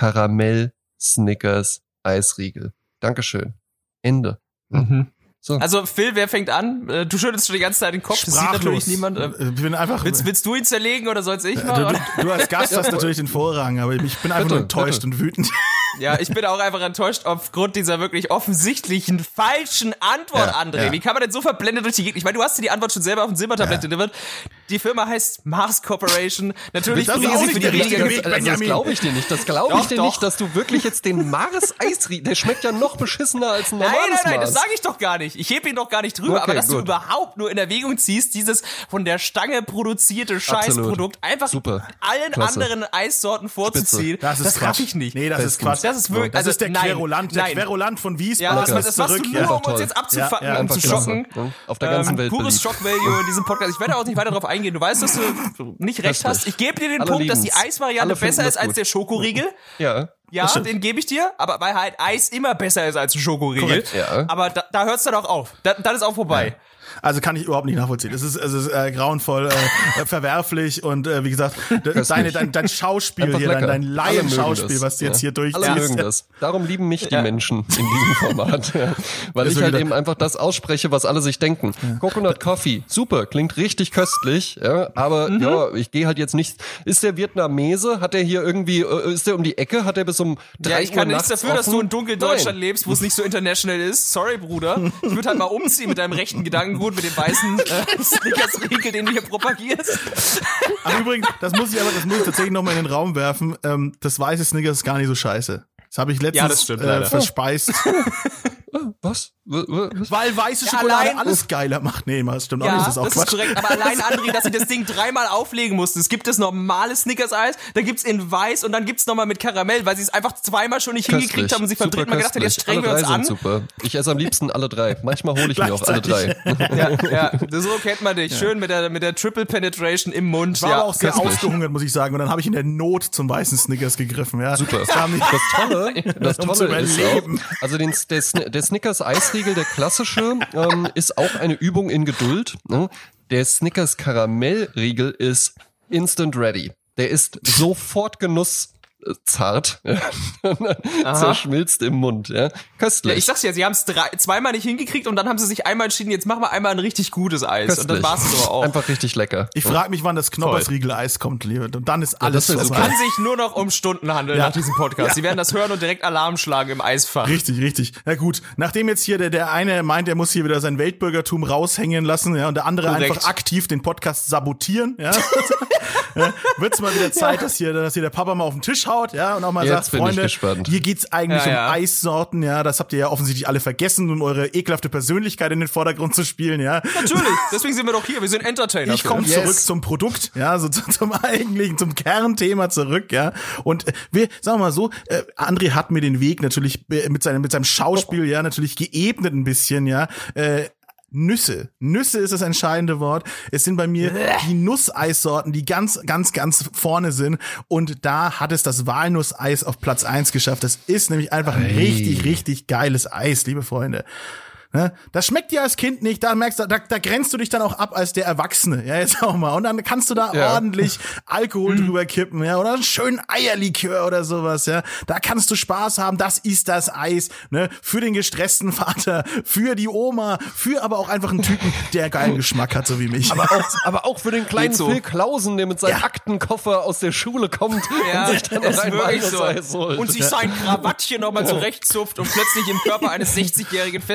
Karamell-Snickers-Eisriegel. Dankeschön. Ende. Mhm. So. Also Phil, wer fängt an? Äh, Du schüttelst schon die ganze Zeit den Kopf, das sieht Sprachlos. natürlich niemand. Äh, Ich bin einfach. Willst, willst du ihn zerlegen oder soll's ich du, machen? du, du als Gast hast natürlich den Vorrang, aber ich bin einfach Bitte, nur enttäuscht bitte. und wütend. Ja, ich bin auch einfach enttäuscht aufgrund dieser wirklich offensichtlichen falschen Antwort, Ja, André. ja. Wie kann man denn so verblendet durch die Gegend? Ich meine, du hast dir die Antwort schon selber auf dem Silbertablett Ja. delivered. Die Firma heißt Mars Corporation. Natürlich Das ist bringen auch sie nicht für die der richtige weniger... Weg, Also das Benjamin. glaube ich dir nicht. Das glaube Doch, ich dir doch. nicht, dass du wirklich jetzt den Mars Eisriegel, der schmeckt ja noch beschissener als ein Nein, normales nein, nein, Mars. das sage ich doch gar nicht. Ich heb ihn doch gar nicht drüber, Okay, aber dass du gut. überhaupt nur in Erwägung ziehst, dieses von der Stange produzierte Scheißprodukt einfach Super. allen Klasse. anderen Eissorten vorzuziehen, Das ist das Quatsch. raff ich nicht. Nee, das ist Bestens. Quatsch. Das ist wirklich- Das also ist der nein, Querulant, der nein. Querulant von Ja, Wiesbaden. das, ist das machst zurück. du nur, ja. um uns toll. jetzt abzufacken Ja, und einfach zu klasse. schocken. Ja, auf der ganzen ähm, Welt pures beliebt. Shock-Value in diesem Podcast. Ich werde auch nicht weiter darauf eingehen. Du weißt, dass du nicht recht Köstlich. hast. Ich gebe dir den Alle Punkt, dass die lieben's. Eisvariante Alle finden besser das ist als gut. der Schokoriegel. Ja. Ja, stimmt. den gebe ich dir, aber weil halt Eis immer besser ist als ein Schokoriegel. Korrekt, ja. Aber da, da hört's dann auch auf. Da, dann ist auch vorbei. Also kann ich überhaupt nicht nachvollziehen. Es ist, es ist äh, grauenvoll, äh, verwerflich und äh, wie gesagt, de, deine, dein, dein Schauspiel Einfach hier, dein, lecker. dein Alle mögen Laien-Schauspiel, das. was du jetzt Ja. hier durchziehst. Alle mögen das. Darum lieben mich die Ja. Menschen in diesem Format. Ja. Weil Das ich ist halt wieder- eben einfach das ausspreche, was alle sich denken. Coconut Coffee, super, klingt richtig köstlich, ja, aber Mhm. ja, ich gehe halt jetzt nicht. Ist der Vietnamese? Hat der hier irgendwie, äh, ist der um die Ecke? Hat der bis um drei Ja, Uhr ich kann nichts nachts dafür, dass offen? du in Dunkeldeutschland Nein. lebst, wo es nicht so international ist. Sorry, Bruder. Ich würde halt mal umziehen mit deinem rechten Gedankengut, mit dem weißen äh, Snickers-Riegel, den du hier propagierst. Ach, übrigens, das muss ich aber, das muss ich tatsächlich nochmal in den Raum werfen. Ähm, das weiße Snickers ist gar nicht so scheiße. Das habe ich letztens Ja, das stimmt äh, leider. verspeist. Was? W- w- was? Weil weiße Ja, Schokolade allein- alles geiler macht. Nee, das stimmt auch Ja, nicht. das, Das ist auch ist Quatsch. korrekt. Aber allein, André, dass sie das Ding dreimal auflegen mussten. Es gibt das normale Snickers-Eis, dann gibt's in weiß und dann gibt's nochmal mit Karamell, weil sie es einfach zweimal schon nicht Köstlich. hingekriegt haben und sie Super verdreht mal gedacht haben, jetzt köstlich. strengen wir Alle uns drei an. sind super. Ich esse am liebsten alle drei. Manchmal hole ich mir auch alle drei. Gleichzeitig. Ja, ja, so kennt man dich. Schön mit der, mit der Triple Penetration im Mund. Ich war ja. aber auch sehr köstlich. ausgehungert, muss ich sagen. Und dann habe ich in der Not zum weißen Snickers gegriffen. Ja. Super. Das kam nicht- Das Tolle, das Um zu Tolle ist auch, überleben. also den, der, Sn- der Snickers Eisriegel, der klassische, ähm, ist auch eine Übung in Geduld. Ne? Der Snickers Karamellriegel ist instant ready. Der ist sofort genusszart, zerschmilzt im Mund. Ja? Köstlich. Ja, ich sag's ja, sie haben es zweimal nicht hingekriegt und dann haben sie sich einmal entschieden, jetzt machen wir einmal ein richtig gutes Eis. Köstlich. Und dann war's es aber auch. Einfach richtig lecker. Ich frage mich, wann das Knoppers-Riegel-Eis kommt, liebe. Und dann ist alles das wär Es vorbei. kann sich nur noch um Stunden handeln Ja. nach diesem Podcast. Ja. Sie werden das hören und direkt Alarm schlagen im Eisfach. Richtig, richtig. Ja gut, nachdem jetzt hier der, der eine meint, er muss hier wieder sein Weltbürgertum raushängen lassen, ja, und der andere Korrekt. einfach aktiv den Podcast sabotieren, ja, ja wird's mal wieder Zeit, dass hier, dass hier der Papa mal auf den Tisch haut, ja, und auch mal Jetzt sagt, bin ich Freunde, gespannt. hier geht's eigentlich Ja, um ja. Eissorten, ja, das habt ihr ja offensichtlich alle vergessen, um eure ekelhafte Persönlichkeit in den Vordergrund zu spielen, ja. Natürlich, deswegen sind wir doch hier, wir sind Entertainer. Ich komme Yes. zurück zum Produkt, ja, so zu, zum eigentlichen, zum Kernthema zurück, ja. Und äh, wir, sagen wir mal so, äh, André hat mir den Weg natürlich äh, mit seinem mit seinem Schauspiel ja natürlich geebnet ein bisschen, ja. Äh, Nüsse. Nüsse ist das entscheidende Wort. Es sind bei mir die Nusseissorten, die ganz, ganz, ganz vorne sind. Und da hat es das Walnusseis auf Platz eins geschafft. Das ist nämlich einfach ein Hey. richtig, richtig geiles Eis, liebe Freunde. Ne? Das schmeckt dir als Kind nicht, da merkst du, da, da grenzt du dich dann auch ab als der Erwachsene, ja, jetzt auch mal. Und dann kannst du da Ja. ordentlich Alkohol drüber kippen, ja, oder einen schönen Eierlikör oder sowas, ja. Da kannst du Spaß haben, das ist das Eis, ne, für den gestressten Vater, für die Oma, für aber auch einfach einen Typen, der geilen Geschmack hat, so wie mich. Aber auch, aber auch für den kleinen Geht so. Phil Klausen, der mit seinem Ja. Aktenkoffer aus der Schule kommt Ja, und sich dann ist noch ein wirklich so. Walnusseis holt. Und sich sein Krawattchen nochmal zurechtzupft und plötzlich im Körper eines sechzigjährigen feststeckt, was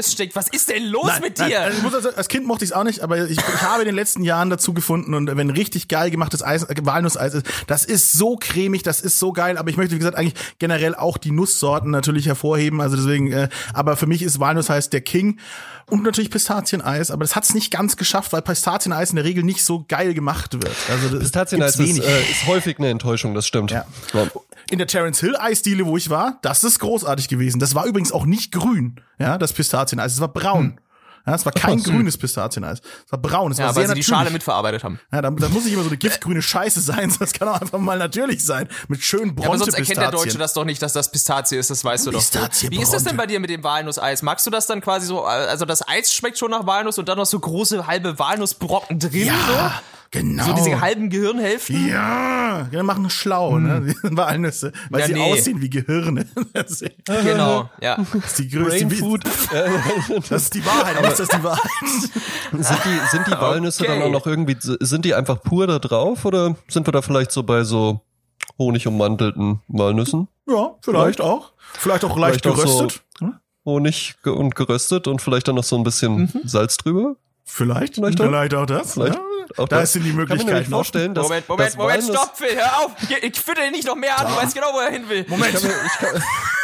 Was ist denn los Nein, mit nein, dir? also ich muss also, als Kind mochte ich es auch nicht, aber ich, ich habe in den letzten Jahren dazu gefunden und wenn richtig geil gemachtes Eis, äh, Walnusseis ist, das ist so cremig, das ist so geil, aber ich möchte, wie gesagt, eigentlich generell auch die Nusssorten natürlich hervorheben, also deswegen, äh, aber für mich ist Walnusseis der King und natürlich Pistazieneis, aber das hat's nicht ganz geschafft, weil Pistazieneis in der Regel nicht so geil gemacht wird. Also das Pistazieneis gibt's ist, wenig. äh, ist häufig eine Enttäuschung, das stimmt. Ja. Ja. In der Terence Hill Eisdiele, wo ich war, das ist großartig gewesen. Das war übrigens auch nicht grün, ja, das Pistazieneis, es war braun. Hm. Ja, es war kein grünes Pistazieneis. Es war braun, es Ja, war weil sehr sie die natürlich. Schale mitverarbeitet haben. Ja, da, da muss nicht immer so eine giftgrüne Scheiße sein, das kann auch einfach mal natürlich sein. Mit schönen Ja, aber sonst Bronze-Pistazien. erkennt der Deutsche das doch nicht, dass das Pistazie ist, das weißt du doch. Pistazie, Wie ist das denn Bronte. bei dir mit dem Walnusseis? Magst du das dann quasi so, also das Eis schmeckt schon nach Walnuss und dann noch so große halbe Walnussbrocken drin, Ja, genau. so? So diese halben Gehirnhälften? Ja, die machen schlau, ne? Die Walnüsse, weil Ja, sie nee. aussehen wie Gehirne. Das ist Genau, ja. die größte Brain Food. Das ist die Wahrheit, aber ist das die Wahrheit? Sind die, sind die Walnüsse Okay. dann auch noch irgendwie, sind die einfach pur da drauf oder sind wir da vielleicht so bei so honigummantelten Walnüssen? Ja, vielleicht auch. Vielleicht auch leicht Vielleicht auch so- geröstet. Hm? Honig ge- und geröstet und vielleicht dann noch so ein bisschen Salz drüber? Vielleicht, Vielleicht vielleicht auch. auch, das. Vielleicht ja. auch da das. sind die Kann man mir nicht Möglichkeiten. vorstellen, dass, Moment, Moment, dass Moment, Walnuss- stopp, Phil, hör auf! Ich fütter ihn nicht noch mehr an, du weißt genau, wo er hin will. Moment, Ich kann, mir- ich kann,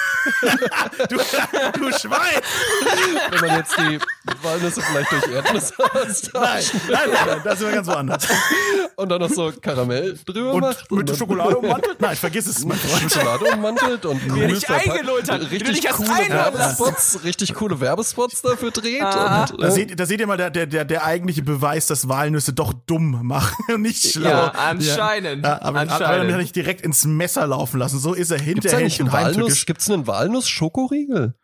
du, du Schwein! wenn man jetzt die Walnüsse vielleicht durch Erdnüsse Nein, austauscht nein, nein, nein, da sind wir ganz woanders. und dann noch so Karamell drüber Und macht mit dann Schokolade ummantelt? Nein, vergiss es, mein Freund. Schokolade ummantelt und Wie er dich Müll verpackt. eingelullt hat, wie du richtig dich hast coole einlullen lassen. Werbespots, richtig coole Werbespots dafür dreht. Aha. Und, Da äh, seht, da seht ihr mal der, der, der, der eigentliche Beweis, dass Walnüsse doch dumm machen und nicht schlau. Ja, anscheinend. Ja, aber, aber anscheinend. dann nicht direkt ins Messer laufen lassen. So ist er Gibt's hinterher eigentlich einen und Walnuss, heimtückisch. gibt's einen Walnuss-Schokoriegel?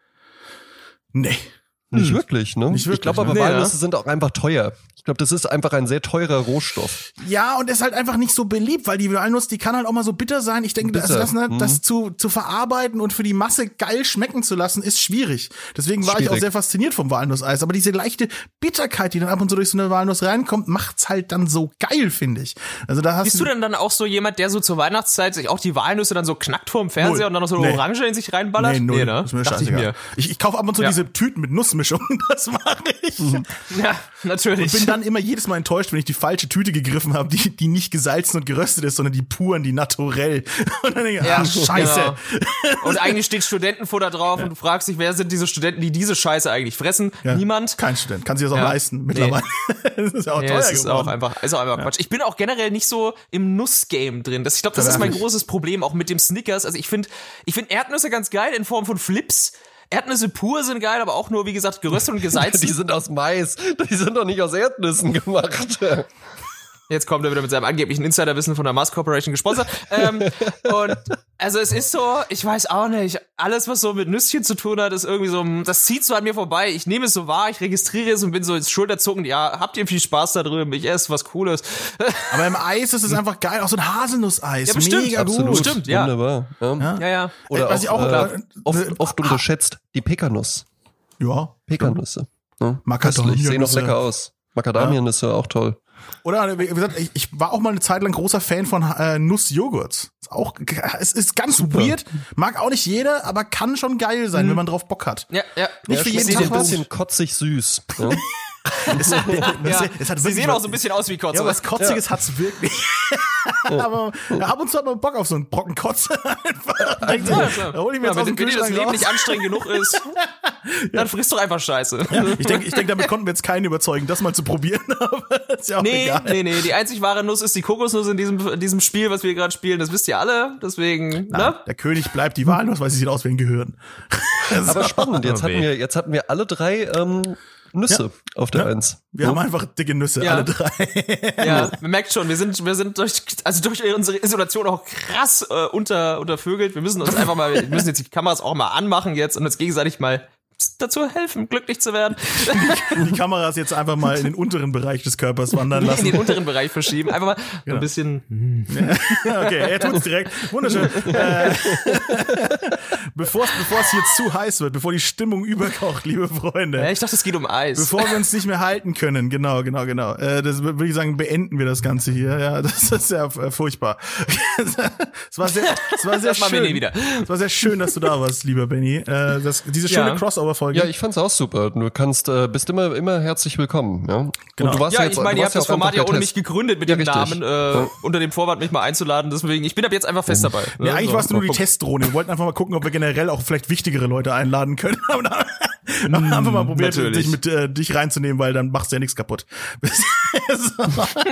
Nee. Nicht wirklich, ne? Nicht wirklich, ich glaube aber, ne? Walnüsse Nee, sind auch einfach teuer. Ich glaube, das ist einfach ein sehr teurer Rohstoff. Ja, und ist halt einfach nicht so beliebt, weil die Walnuss, die kann halt auch mal so bitter sein. Ich denke, Bitter. das, das, ne, Mhm. das zu, zu verarbeiten und für die Masse geil schmecken zu lassen, ist schwierig. Deswegen war ich auch Schwierig. sehr fasziniert vom Walnusseis. Aber diese leichte Bitterkeit, die dann ab und zu durch so eine Walnuss reinkommt, macht's halt dann so geil, finde ich. Also da hast Bist du denn dann auch so jemand, der so zur Weihnachtszeit sich auch die Walnüsse dann so knackt vorm Fernseher Null. und dann noch so eine Nee. Orange in sich reinballert? Nee, null. ne? Ist mir Dachte ich scheißegal. mir. Ich, ich kaufe ab und zu Ja. diese Tüten mit Nussmischungen, das mache ich. Ja, natürlich. Bin dann immer jedes Mal enttäuscht, wenn ich die falsche Tüte gegriffen habe, die, die nicht gesalzen und geröstet ist, sondern die puren, die naturell. Und dann denke ich, Ja, ah, scheiße. genau. Und eigentlich steht Studentenfutter drauf und du fragst dich, wer sind diese Studenten, die diese Scheiße eigentlich fressen? Ja. Niemand. Kein Student. Kann sich das auch Ja. leisten mittlerweile. Das ist ja auch Ja, teuer es ist auch geworden. einfach, ist auch einfach Quatsch. Ich bin auch generell nicht so im Nussgame drin. Das, ich glaube, das ist mein Verwerflich. großes Problem, auch mit dem Snickers. Also ich finde, ich finde Erdnüsse ganz geil in Form von Flips. Erdnüsse pur sind geil, aber auch nur, wie gesagt, geröstet und gesalzen. Die sind aus Mais. Die sind doch nicht aus Erdnüssen gemacht. Jetzt kommt er wieder mit seinem angeblichen Insiderwissen von der Mars Corporation gesponsert. ähm, und also es ist so, ich weiß auch nicht, alles, was so mit Nüsschen zu tun hat, ist irgendwie so, das zieht so an mir vorbei. Ich nehme es so wahr, ich registriere es und bin so ins Schulterzucken. Ja, habt ihr viel Spaß da drüben? Ich esse was Cooles. Aber im Eis ist es einfach geil. Auch so ein Haselnusseis. Ja, bestimmt. Mega Absolut. gut. Stimmt, ja. Wunderbar. Ja. Ja. Ja, ja. Oder Was ich auch, auch, äh, äh, oft, äh, oft unterschätzt, die Pekanuss. Ja. Pekanüsse. Ja. Macadamia- Köstlich, sehen auch Nüsse. lecker aus. Macadamianüsse auch toll. Oder wie gesagt, ich, ich war auch mal eine Zeit lang großer Fan von äh, Nussjoghurts. Ist auch, es ist ganz Super. weird, mag auch nicht jeder, aber kann schon geil sein, wenn man drauf Bock hat. Ja, ja. Nicht Ja, für schmeckt jeden so ein Tag was. bisschen kotzig süß. Ja. Es, hat- ja. es hat Sie wirklich sehen was- auch so ein bisschen aus wie Kotze. Ja, was Kotziges hat's wirklich. Aber ja, ab und zu hat man Bock auf so einen Brocken Kotze einfach. Denkt so, Ja, klar. da hol ich mir Ja, jetzt aus wenn, dem wenn dir das Kühlschrank Leben raus. nicht anstrengend genug ist, dann frisst doch einfach Scheiße. Ja, ich denke, ich denk, damit konnten wir jetzt keinen überzeugen, das mal zu probieren, aber ist ja auch Nee, egal. nee, nee, die einzig wahre Nuss ist die Kokosnuss in diesem, in diesem Spiel, was wir gerade spielen. Das wisst ihr alle, deswegen, Nein, ne? der König bleibt die Walnuss, weil sie sieht aus wie ein Gehirn. Aber spannend, jetzt Oh, hatten weh. wir, jetzt hatten wir alle drei ähm, Nüsse auf der Ja. Eins. Wir haben einfach dicke Nüsse, Ja. alle drei. Ja, man merkt schon, wir sind, wir sind durch, also durch unsere Isolation auch krass äh, unter, untervögelt. Wir müssen uns einfach mal, wir müssen jetzt die Kameras auch mal anmachen jetzt und uns gegenseitig mal dazu helfen, glücklich zu werden. Die Kameras jetzt einfach mal in den unteren Bereich des Körpers wandern In lassen. den unteren Bereich verschieben. Einfach mal so ein bisschen. Okay, er tut's direkt. Wunderschön. Äh, bevor es bevor es hier zu heiß wird, bevor die Stimmung überkocht, liebe Freunde. Ja, ich dachte, es geht um Eis. Bevor wir uns nicht mehr halten können, genau, genau, genau. Äh, das würde ich sagen, beenden wir das Ganze hier. Ja, das ist ja äh, furchtbar. Es war sehr, es war sehr Das machen wir nie schön. wieder. Es war sehr schön, dass du da warst, lieber Benny. Äh, das, diese schöne Ja. Crossover-Folge. Ja, ich fand's auch super. Du kannst, äh, bist immer, immer herzlich willkommen, ja. Genau. Und du warst Ja, jetzt, ich meine, du ihr warst habt das auch einfach Format ja der ohne Test. mich gegründet mit Ja, dem richtig. Namen, äh, unter dem Vorwand mich mal einzuladen. Deswegen, ich bin ab jetzt einfach fest dabei. Ja, eigentlich so. warst du nur die Testdrohne. Wir wollten einfach mal gucken, ob wir generell auch vielleicht wichtigere Leute einladen können. Aber dann haben wir einfach mal probiert, natürlich. dich mit äh, dich reinzunehmen, weil dann machst du ja nichts kaputt. So.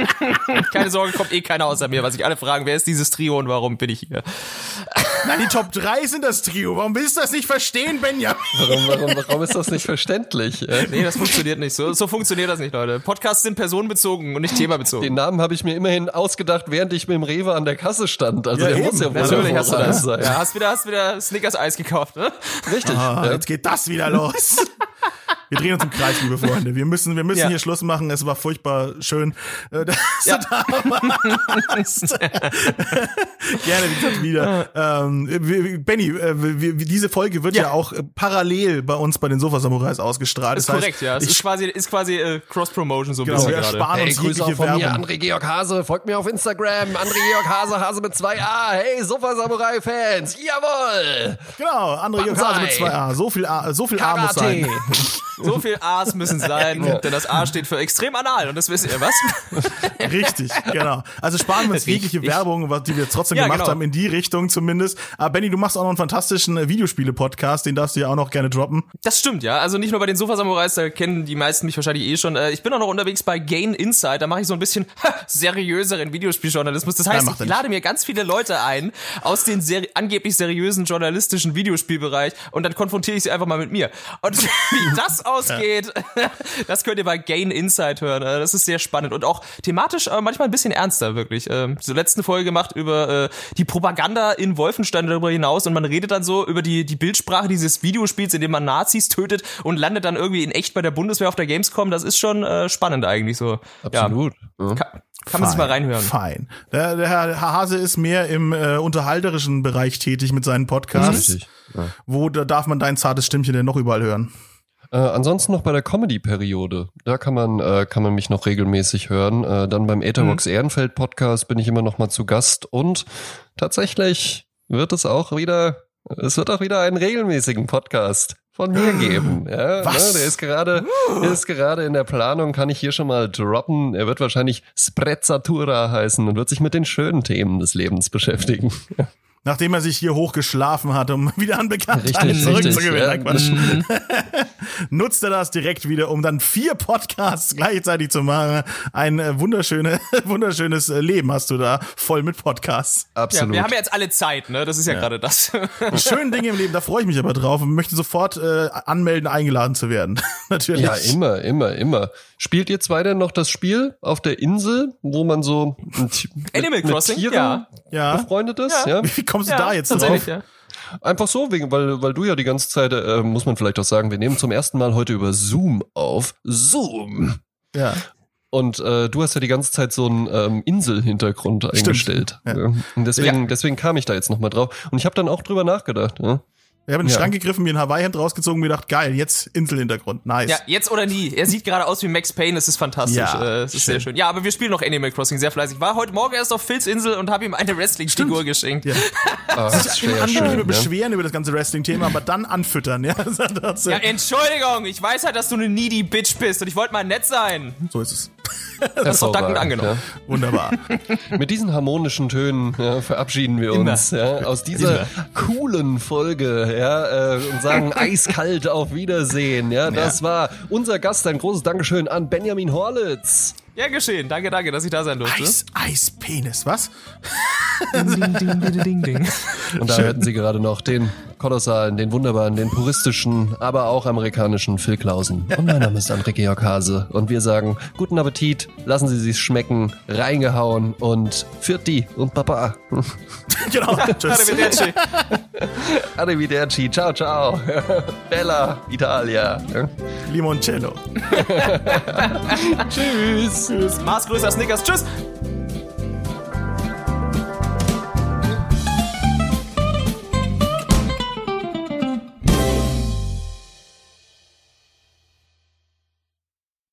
Keine Sorge, kommt eh keiner außer mir, weil sich alle fragen, wer ist dieses Trio und warum bin ich hier? Nein, die Top drei sind das Trio. Warum willst du das nicht verstehen, Benjamin? Warum, warum, warum ist das nicht verständlich? Äh? Nee, das funktioniert nicht. So, so funktioniert das nicht, Leute. Podcasts sind personenbezogen und nicht themabezogen. Den Namen habe ich mir immerhin ausgedacht, während ich mit dem Rewe an der Kasse stand. Also Ja, der eben. muss ja wohl Natürlich hast du hervorragend das. sein. Ja, hast wieder, hast wieder Snickers-Eis gekauft, ne? Richtig. Ah, ja. jetzt geht das wieder los. Wir drehen uns im Kreis, liebe Freunde. Wir müssen, wir müssen Ja. hier Schluss machen. Es war furchtbar schön, äh, dass Ja. du da warst. Gerne, wie gesagt, wieder. Ähm, wir- Benny, äh, wir, wir- diese Folge wird ja, Ja. auch äh, parallel bei uns bei den Sofa-Samurais ausgestrahlt. Ist Das heißt, korrekt, ja. Es ich, ist quasi, ist quasi äh, Cross-Promotion so ein genau, bisschen wir gerade. ersparen Hey, uns Grüße auch jegliche von mir, Werbung. André Georg Hase. Folgt mir auf Instagram. André Georg Hase, Hase mit zwei A. Hey, Sofa-Samurai-Fans. Jawohl. Genau, André Jörg Banzai. Hase mit zwei A. So viel A, so viel A muss Karate. sein. So viel A's müssen sein, denn das A steht für extrem anal und das wisst ihr, was? Richtig, genau. Also sparen wir uns jegliche Richtig. Werbung, was die wir jetzt trotzdem Ja, gemacht genau. haben, in die Richtung zumindest. Aber Benny, du machst auch noch einen fantastischen äh, Videospiele-Podcast, den darfst du ja auch noch gerne droppen. Das stimmt, ja. Also nicht nur bei den Sofa-Samurais, da kennen die meisten mich wahrscheinlich eh schon. Äh, Ich bin auch noch unterwegs bei Gain Insight, da mache ich so ein bisschen ha, seriöseren Videospieljournalismus. Das heißt, Nein, macht er ich lade mir ganz viele Leute ein aus den seri- angeblich seriösen journalistischen Videospielbereich und dann konfrontiere ich sie einfach mal mit mir. Und wie das ausgeht, das könnt ihr bei Gain Insight hören. Äh, Das ist sehr spannend und auch thematisch äh, manchmal ein bisschen ernster, wirklich. Ähm, Zur letzten Folge gemacht über äh, die Propaganda in Wolfenstein darüber hinaus und man redet dann so über die, die Bildsprache dieses Videospiels, in dem man Nazis tötet und landet dann irgendwie in echt bei der Bundeswehr auf der Gamescom. Das ist schon äh, spannend eigentlich so. Absolut. Ja. Ja, kann kann man sich mal reinhören. Fein. Der, der Herr Hase ist mehr im äh, unterhalterischen Bereich tätig mit seinen Podcasts. Richtig. Ja. Wo da darf man dein zartes Stimmchen denn noch überall hören? Äh, ansonsten noch bei der Comedy-Periode. Da kann man, äh, kann man mich noch regelmäßig hören. Äh, dann beim Etherbox Mhm. Ehrenfeld Podcast bin ich immer noch mal zu Gast. Und tatsächlich wird es auch wieder, es wird auch wieder einen regelmäßigen Podcast von mir geben. Ja, Was? Ne, der ist gerade, der ist gerade in der Planung, kann ich hier schon mal droppen. Er wird wahrscheinlich Sprezzatura heißen und wird sich mit den schönen Themen des Lebens beschäftigen. Nachdem er sich hier hochgeschlafen hat, um wieder an Bekanntheit Richtig, zurückzugewinnen. richtig, Nein, ja. Quatsch. Nutzt er das direkt wieder, um dann vier Podcasts gleichzeitig zu machen. Ein äh, wunderschöne, wunderschönes äh, Leben hast du da, voll mit Podcasts. Ja, Absolut. wir haben ja jetzt alle Zeit, ne? Das ist ja, gerade das. Die schönen Dinge im Leben, da freue ich mich aber drauf und möchte sofort äh, anmelden, eingeladen zu werden. Natürlich. Ja, immer, immer, immer. Spielt ihr zwei denn noch das Spiel auf der Insel, wo man so mit, Animal mit Crossing? Tieren Ja. Ja. befreundet ist? Ja. Ja. Wie kommst du Ja, da jetzt tatsächlich, drauf? ja. Einfach so, wegen, weil, weil du ja die ganze Zeit, äh, muss man vielleicht auch sagen, wir nehmen zum ersten Mal heute über Zoom auf. Zoom! Ja. Und äh, du hast ja die ganze Zeit so einen ähm, Inselhintergrund eingestellt. Ja. Ja. Und deswegen, Ja. deswegen kam ich da jetzt nochmal drauf. Und ich habe dann auch drüber nachgedacht. Ja. Ich habe in den Ja. Schrank gegriffen, mir ein Hawaii-Hemd rausgezogen und mir gedacht, geil, jetzt Inselhintergrund, nice. Ja, jetzt oder nie. Er sieht gerade aus wie Max Payne, es ist fantastisch. Ja, äh, es ist schön. sehr schön. Ja, aber wir spielen noch Animal Crossing sehr fleißig. War heute Morgen erst auf Phils Insel und habe ihm eine Wrestling-Figur geschenkt. Ja. Ah, das ist Im sehr Anfang schön. über Ja. beschweren über das ganze Wrestling-Thema, aber dann anfüttern, ja. Das, das, Ja, Entschuldigung, ich weiß halt, dass du eine needy Bitch bist und ich wollte mal nett sein. so ist es. Das ist doch dankend Hervorragend, angenommen. Wunderbar. Ja. Mit diesen harmonischen Tönen ja, verabschieden wir uns ja, aus dieser Immer. coolen Folge ja, äh, und sagen eiskalt auf Wiedersehen. Ja, das war unser Gast. Ein großes Dankeschön an Benjamin Horlitz. Ja, geschehen. Danke, danke, dass ich da sein durfte. Eis, Eispenis, was? Ding, ding, ding, ding, ding. Und da hörten Sie gerade noch den kolossalen, den wunderbaren, den puristischen, aber auch amerikanischen Phil Clausen. Und mein Name ist André Georg Hase. Und wir sagen, guten Appetit, lassen Sie sich's schmecken, reingehauen und Fürti und Papa. Genau. Tschüss. Arrivederci. Arrivederci, ciao, ciao. Bella Italia. Limoncello. Tschüss. Maß größer Snickers. Tschüss.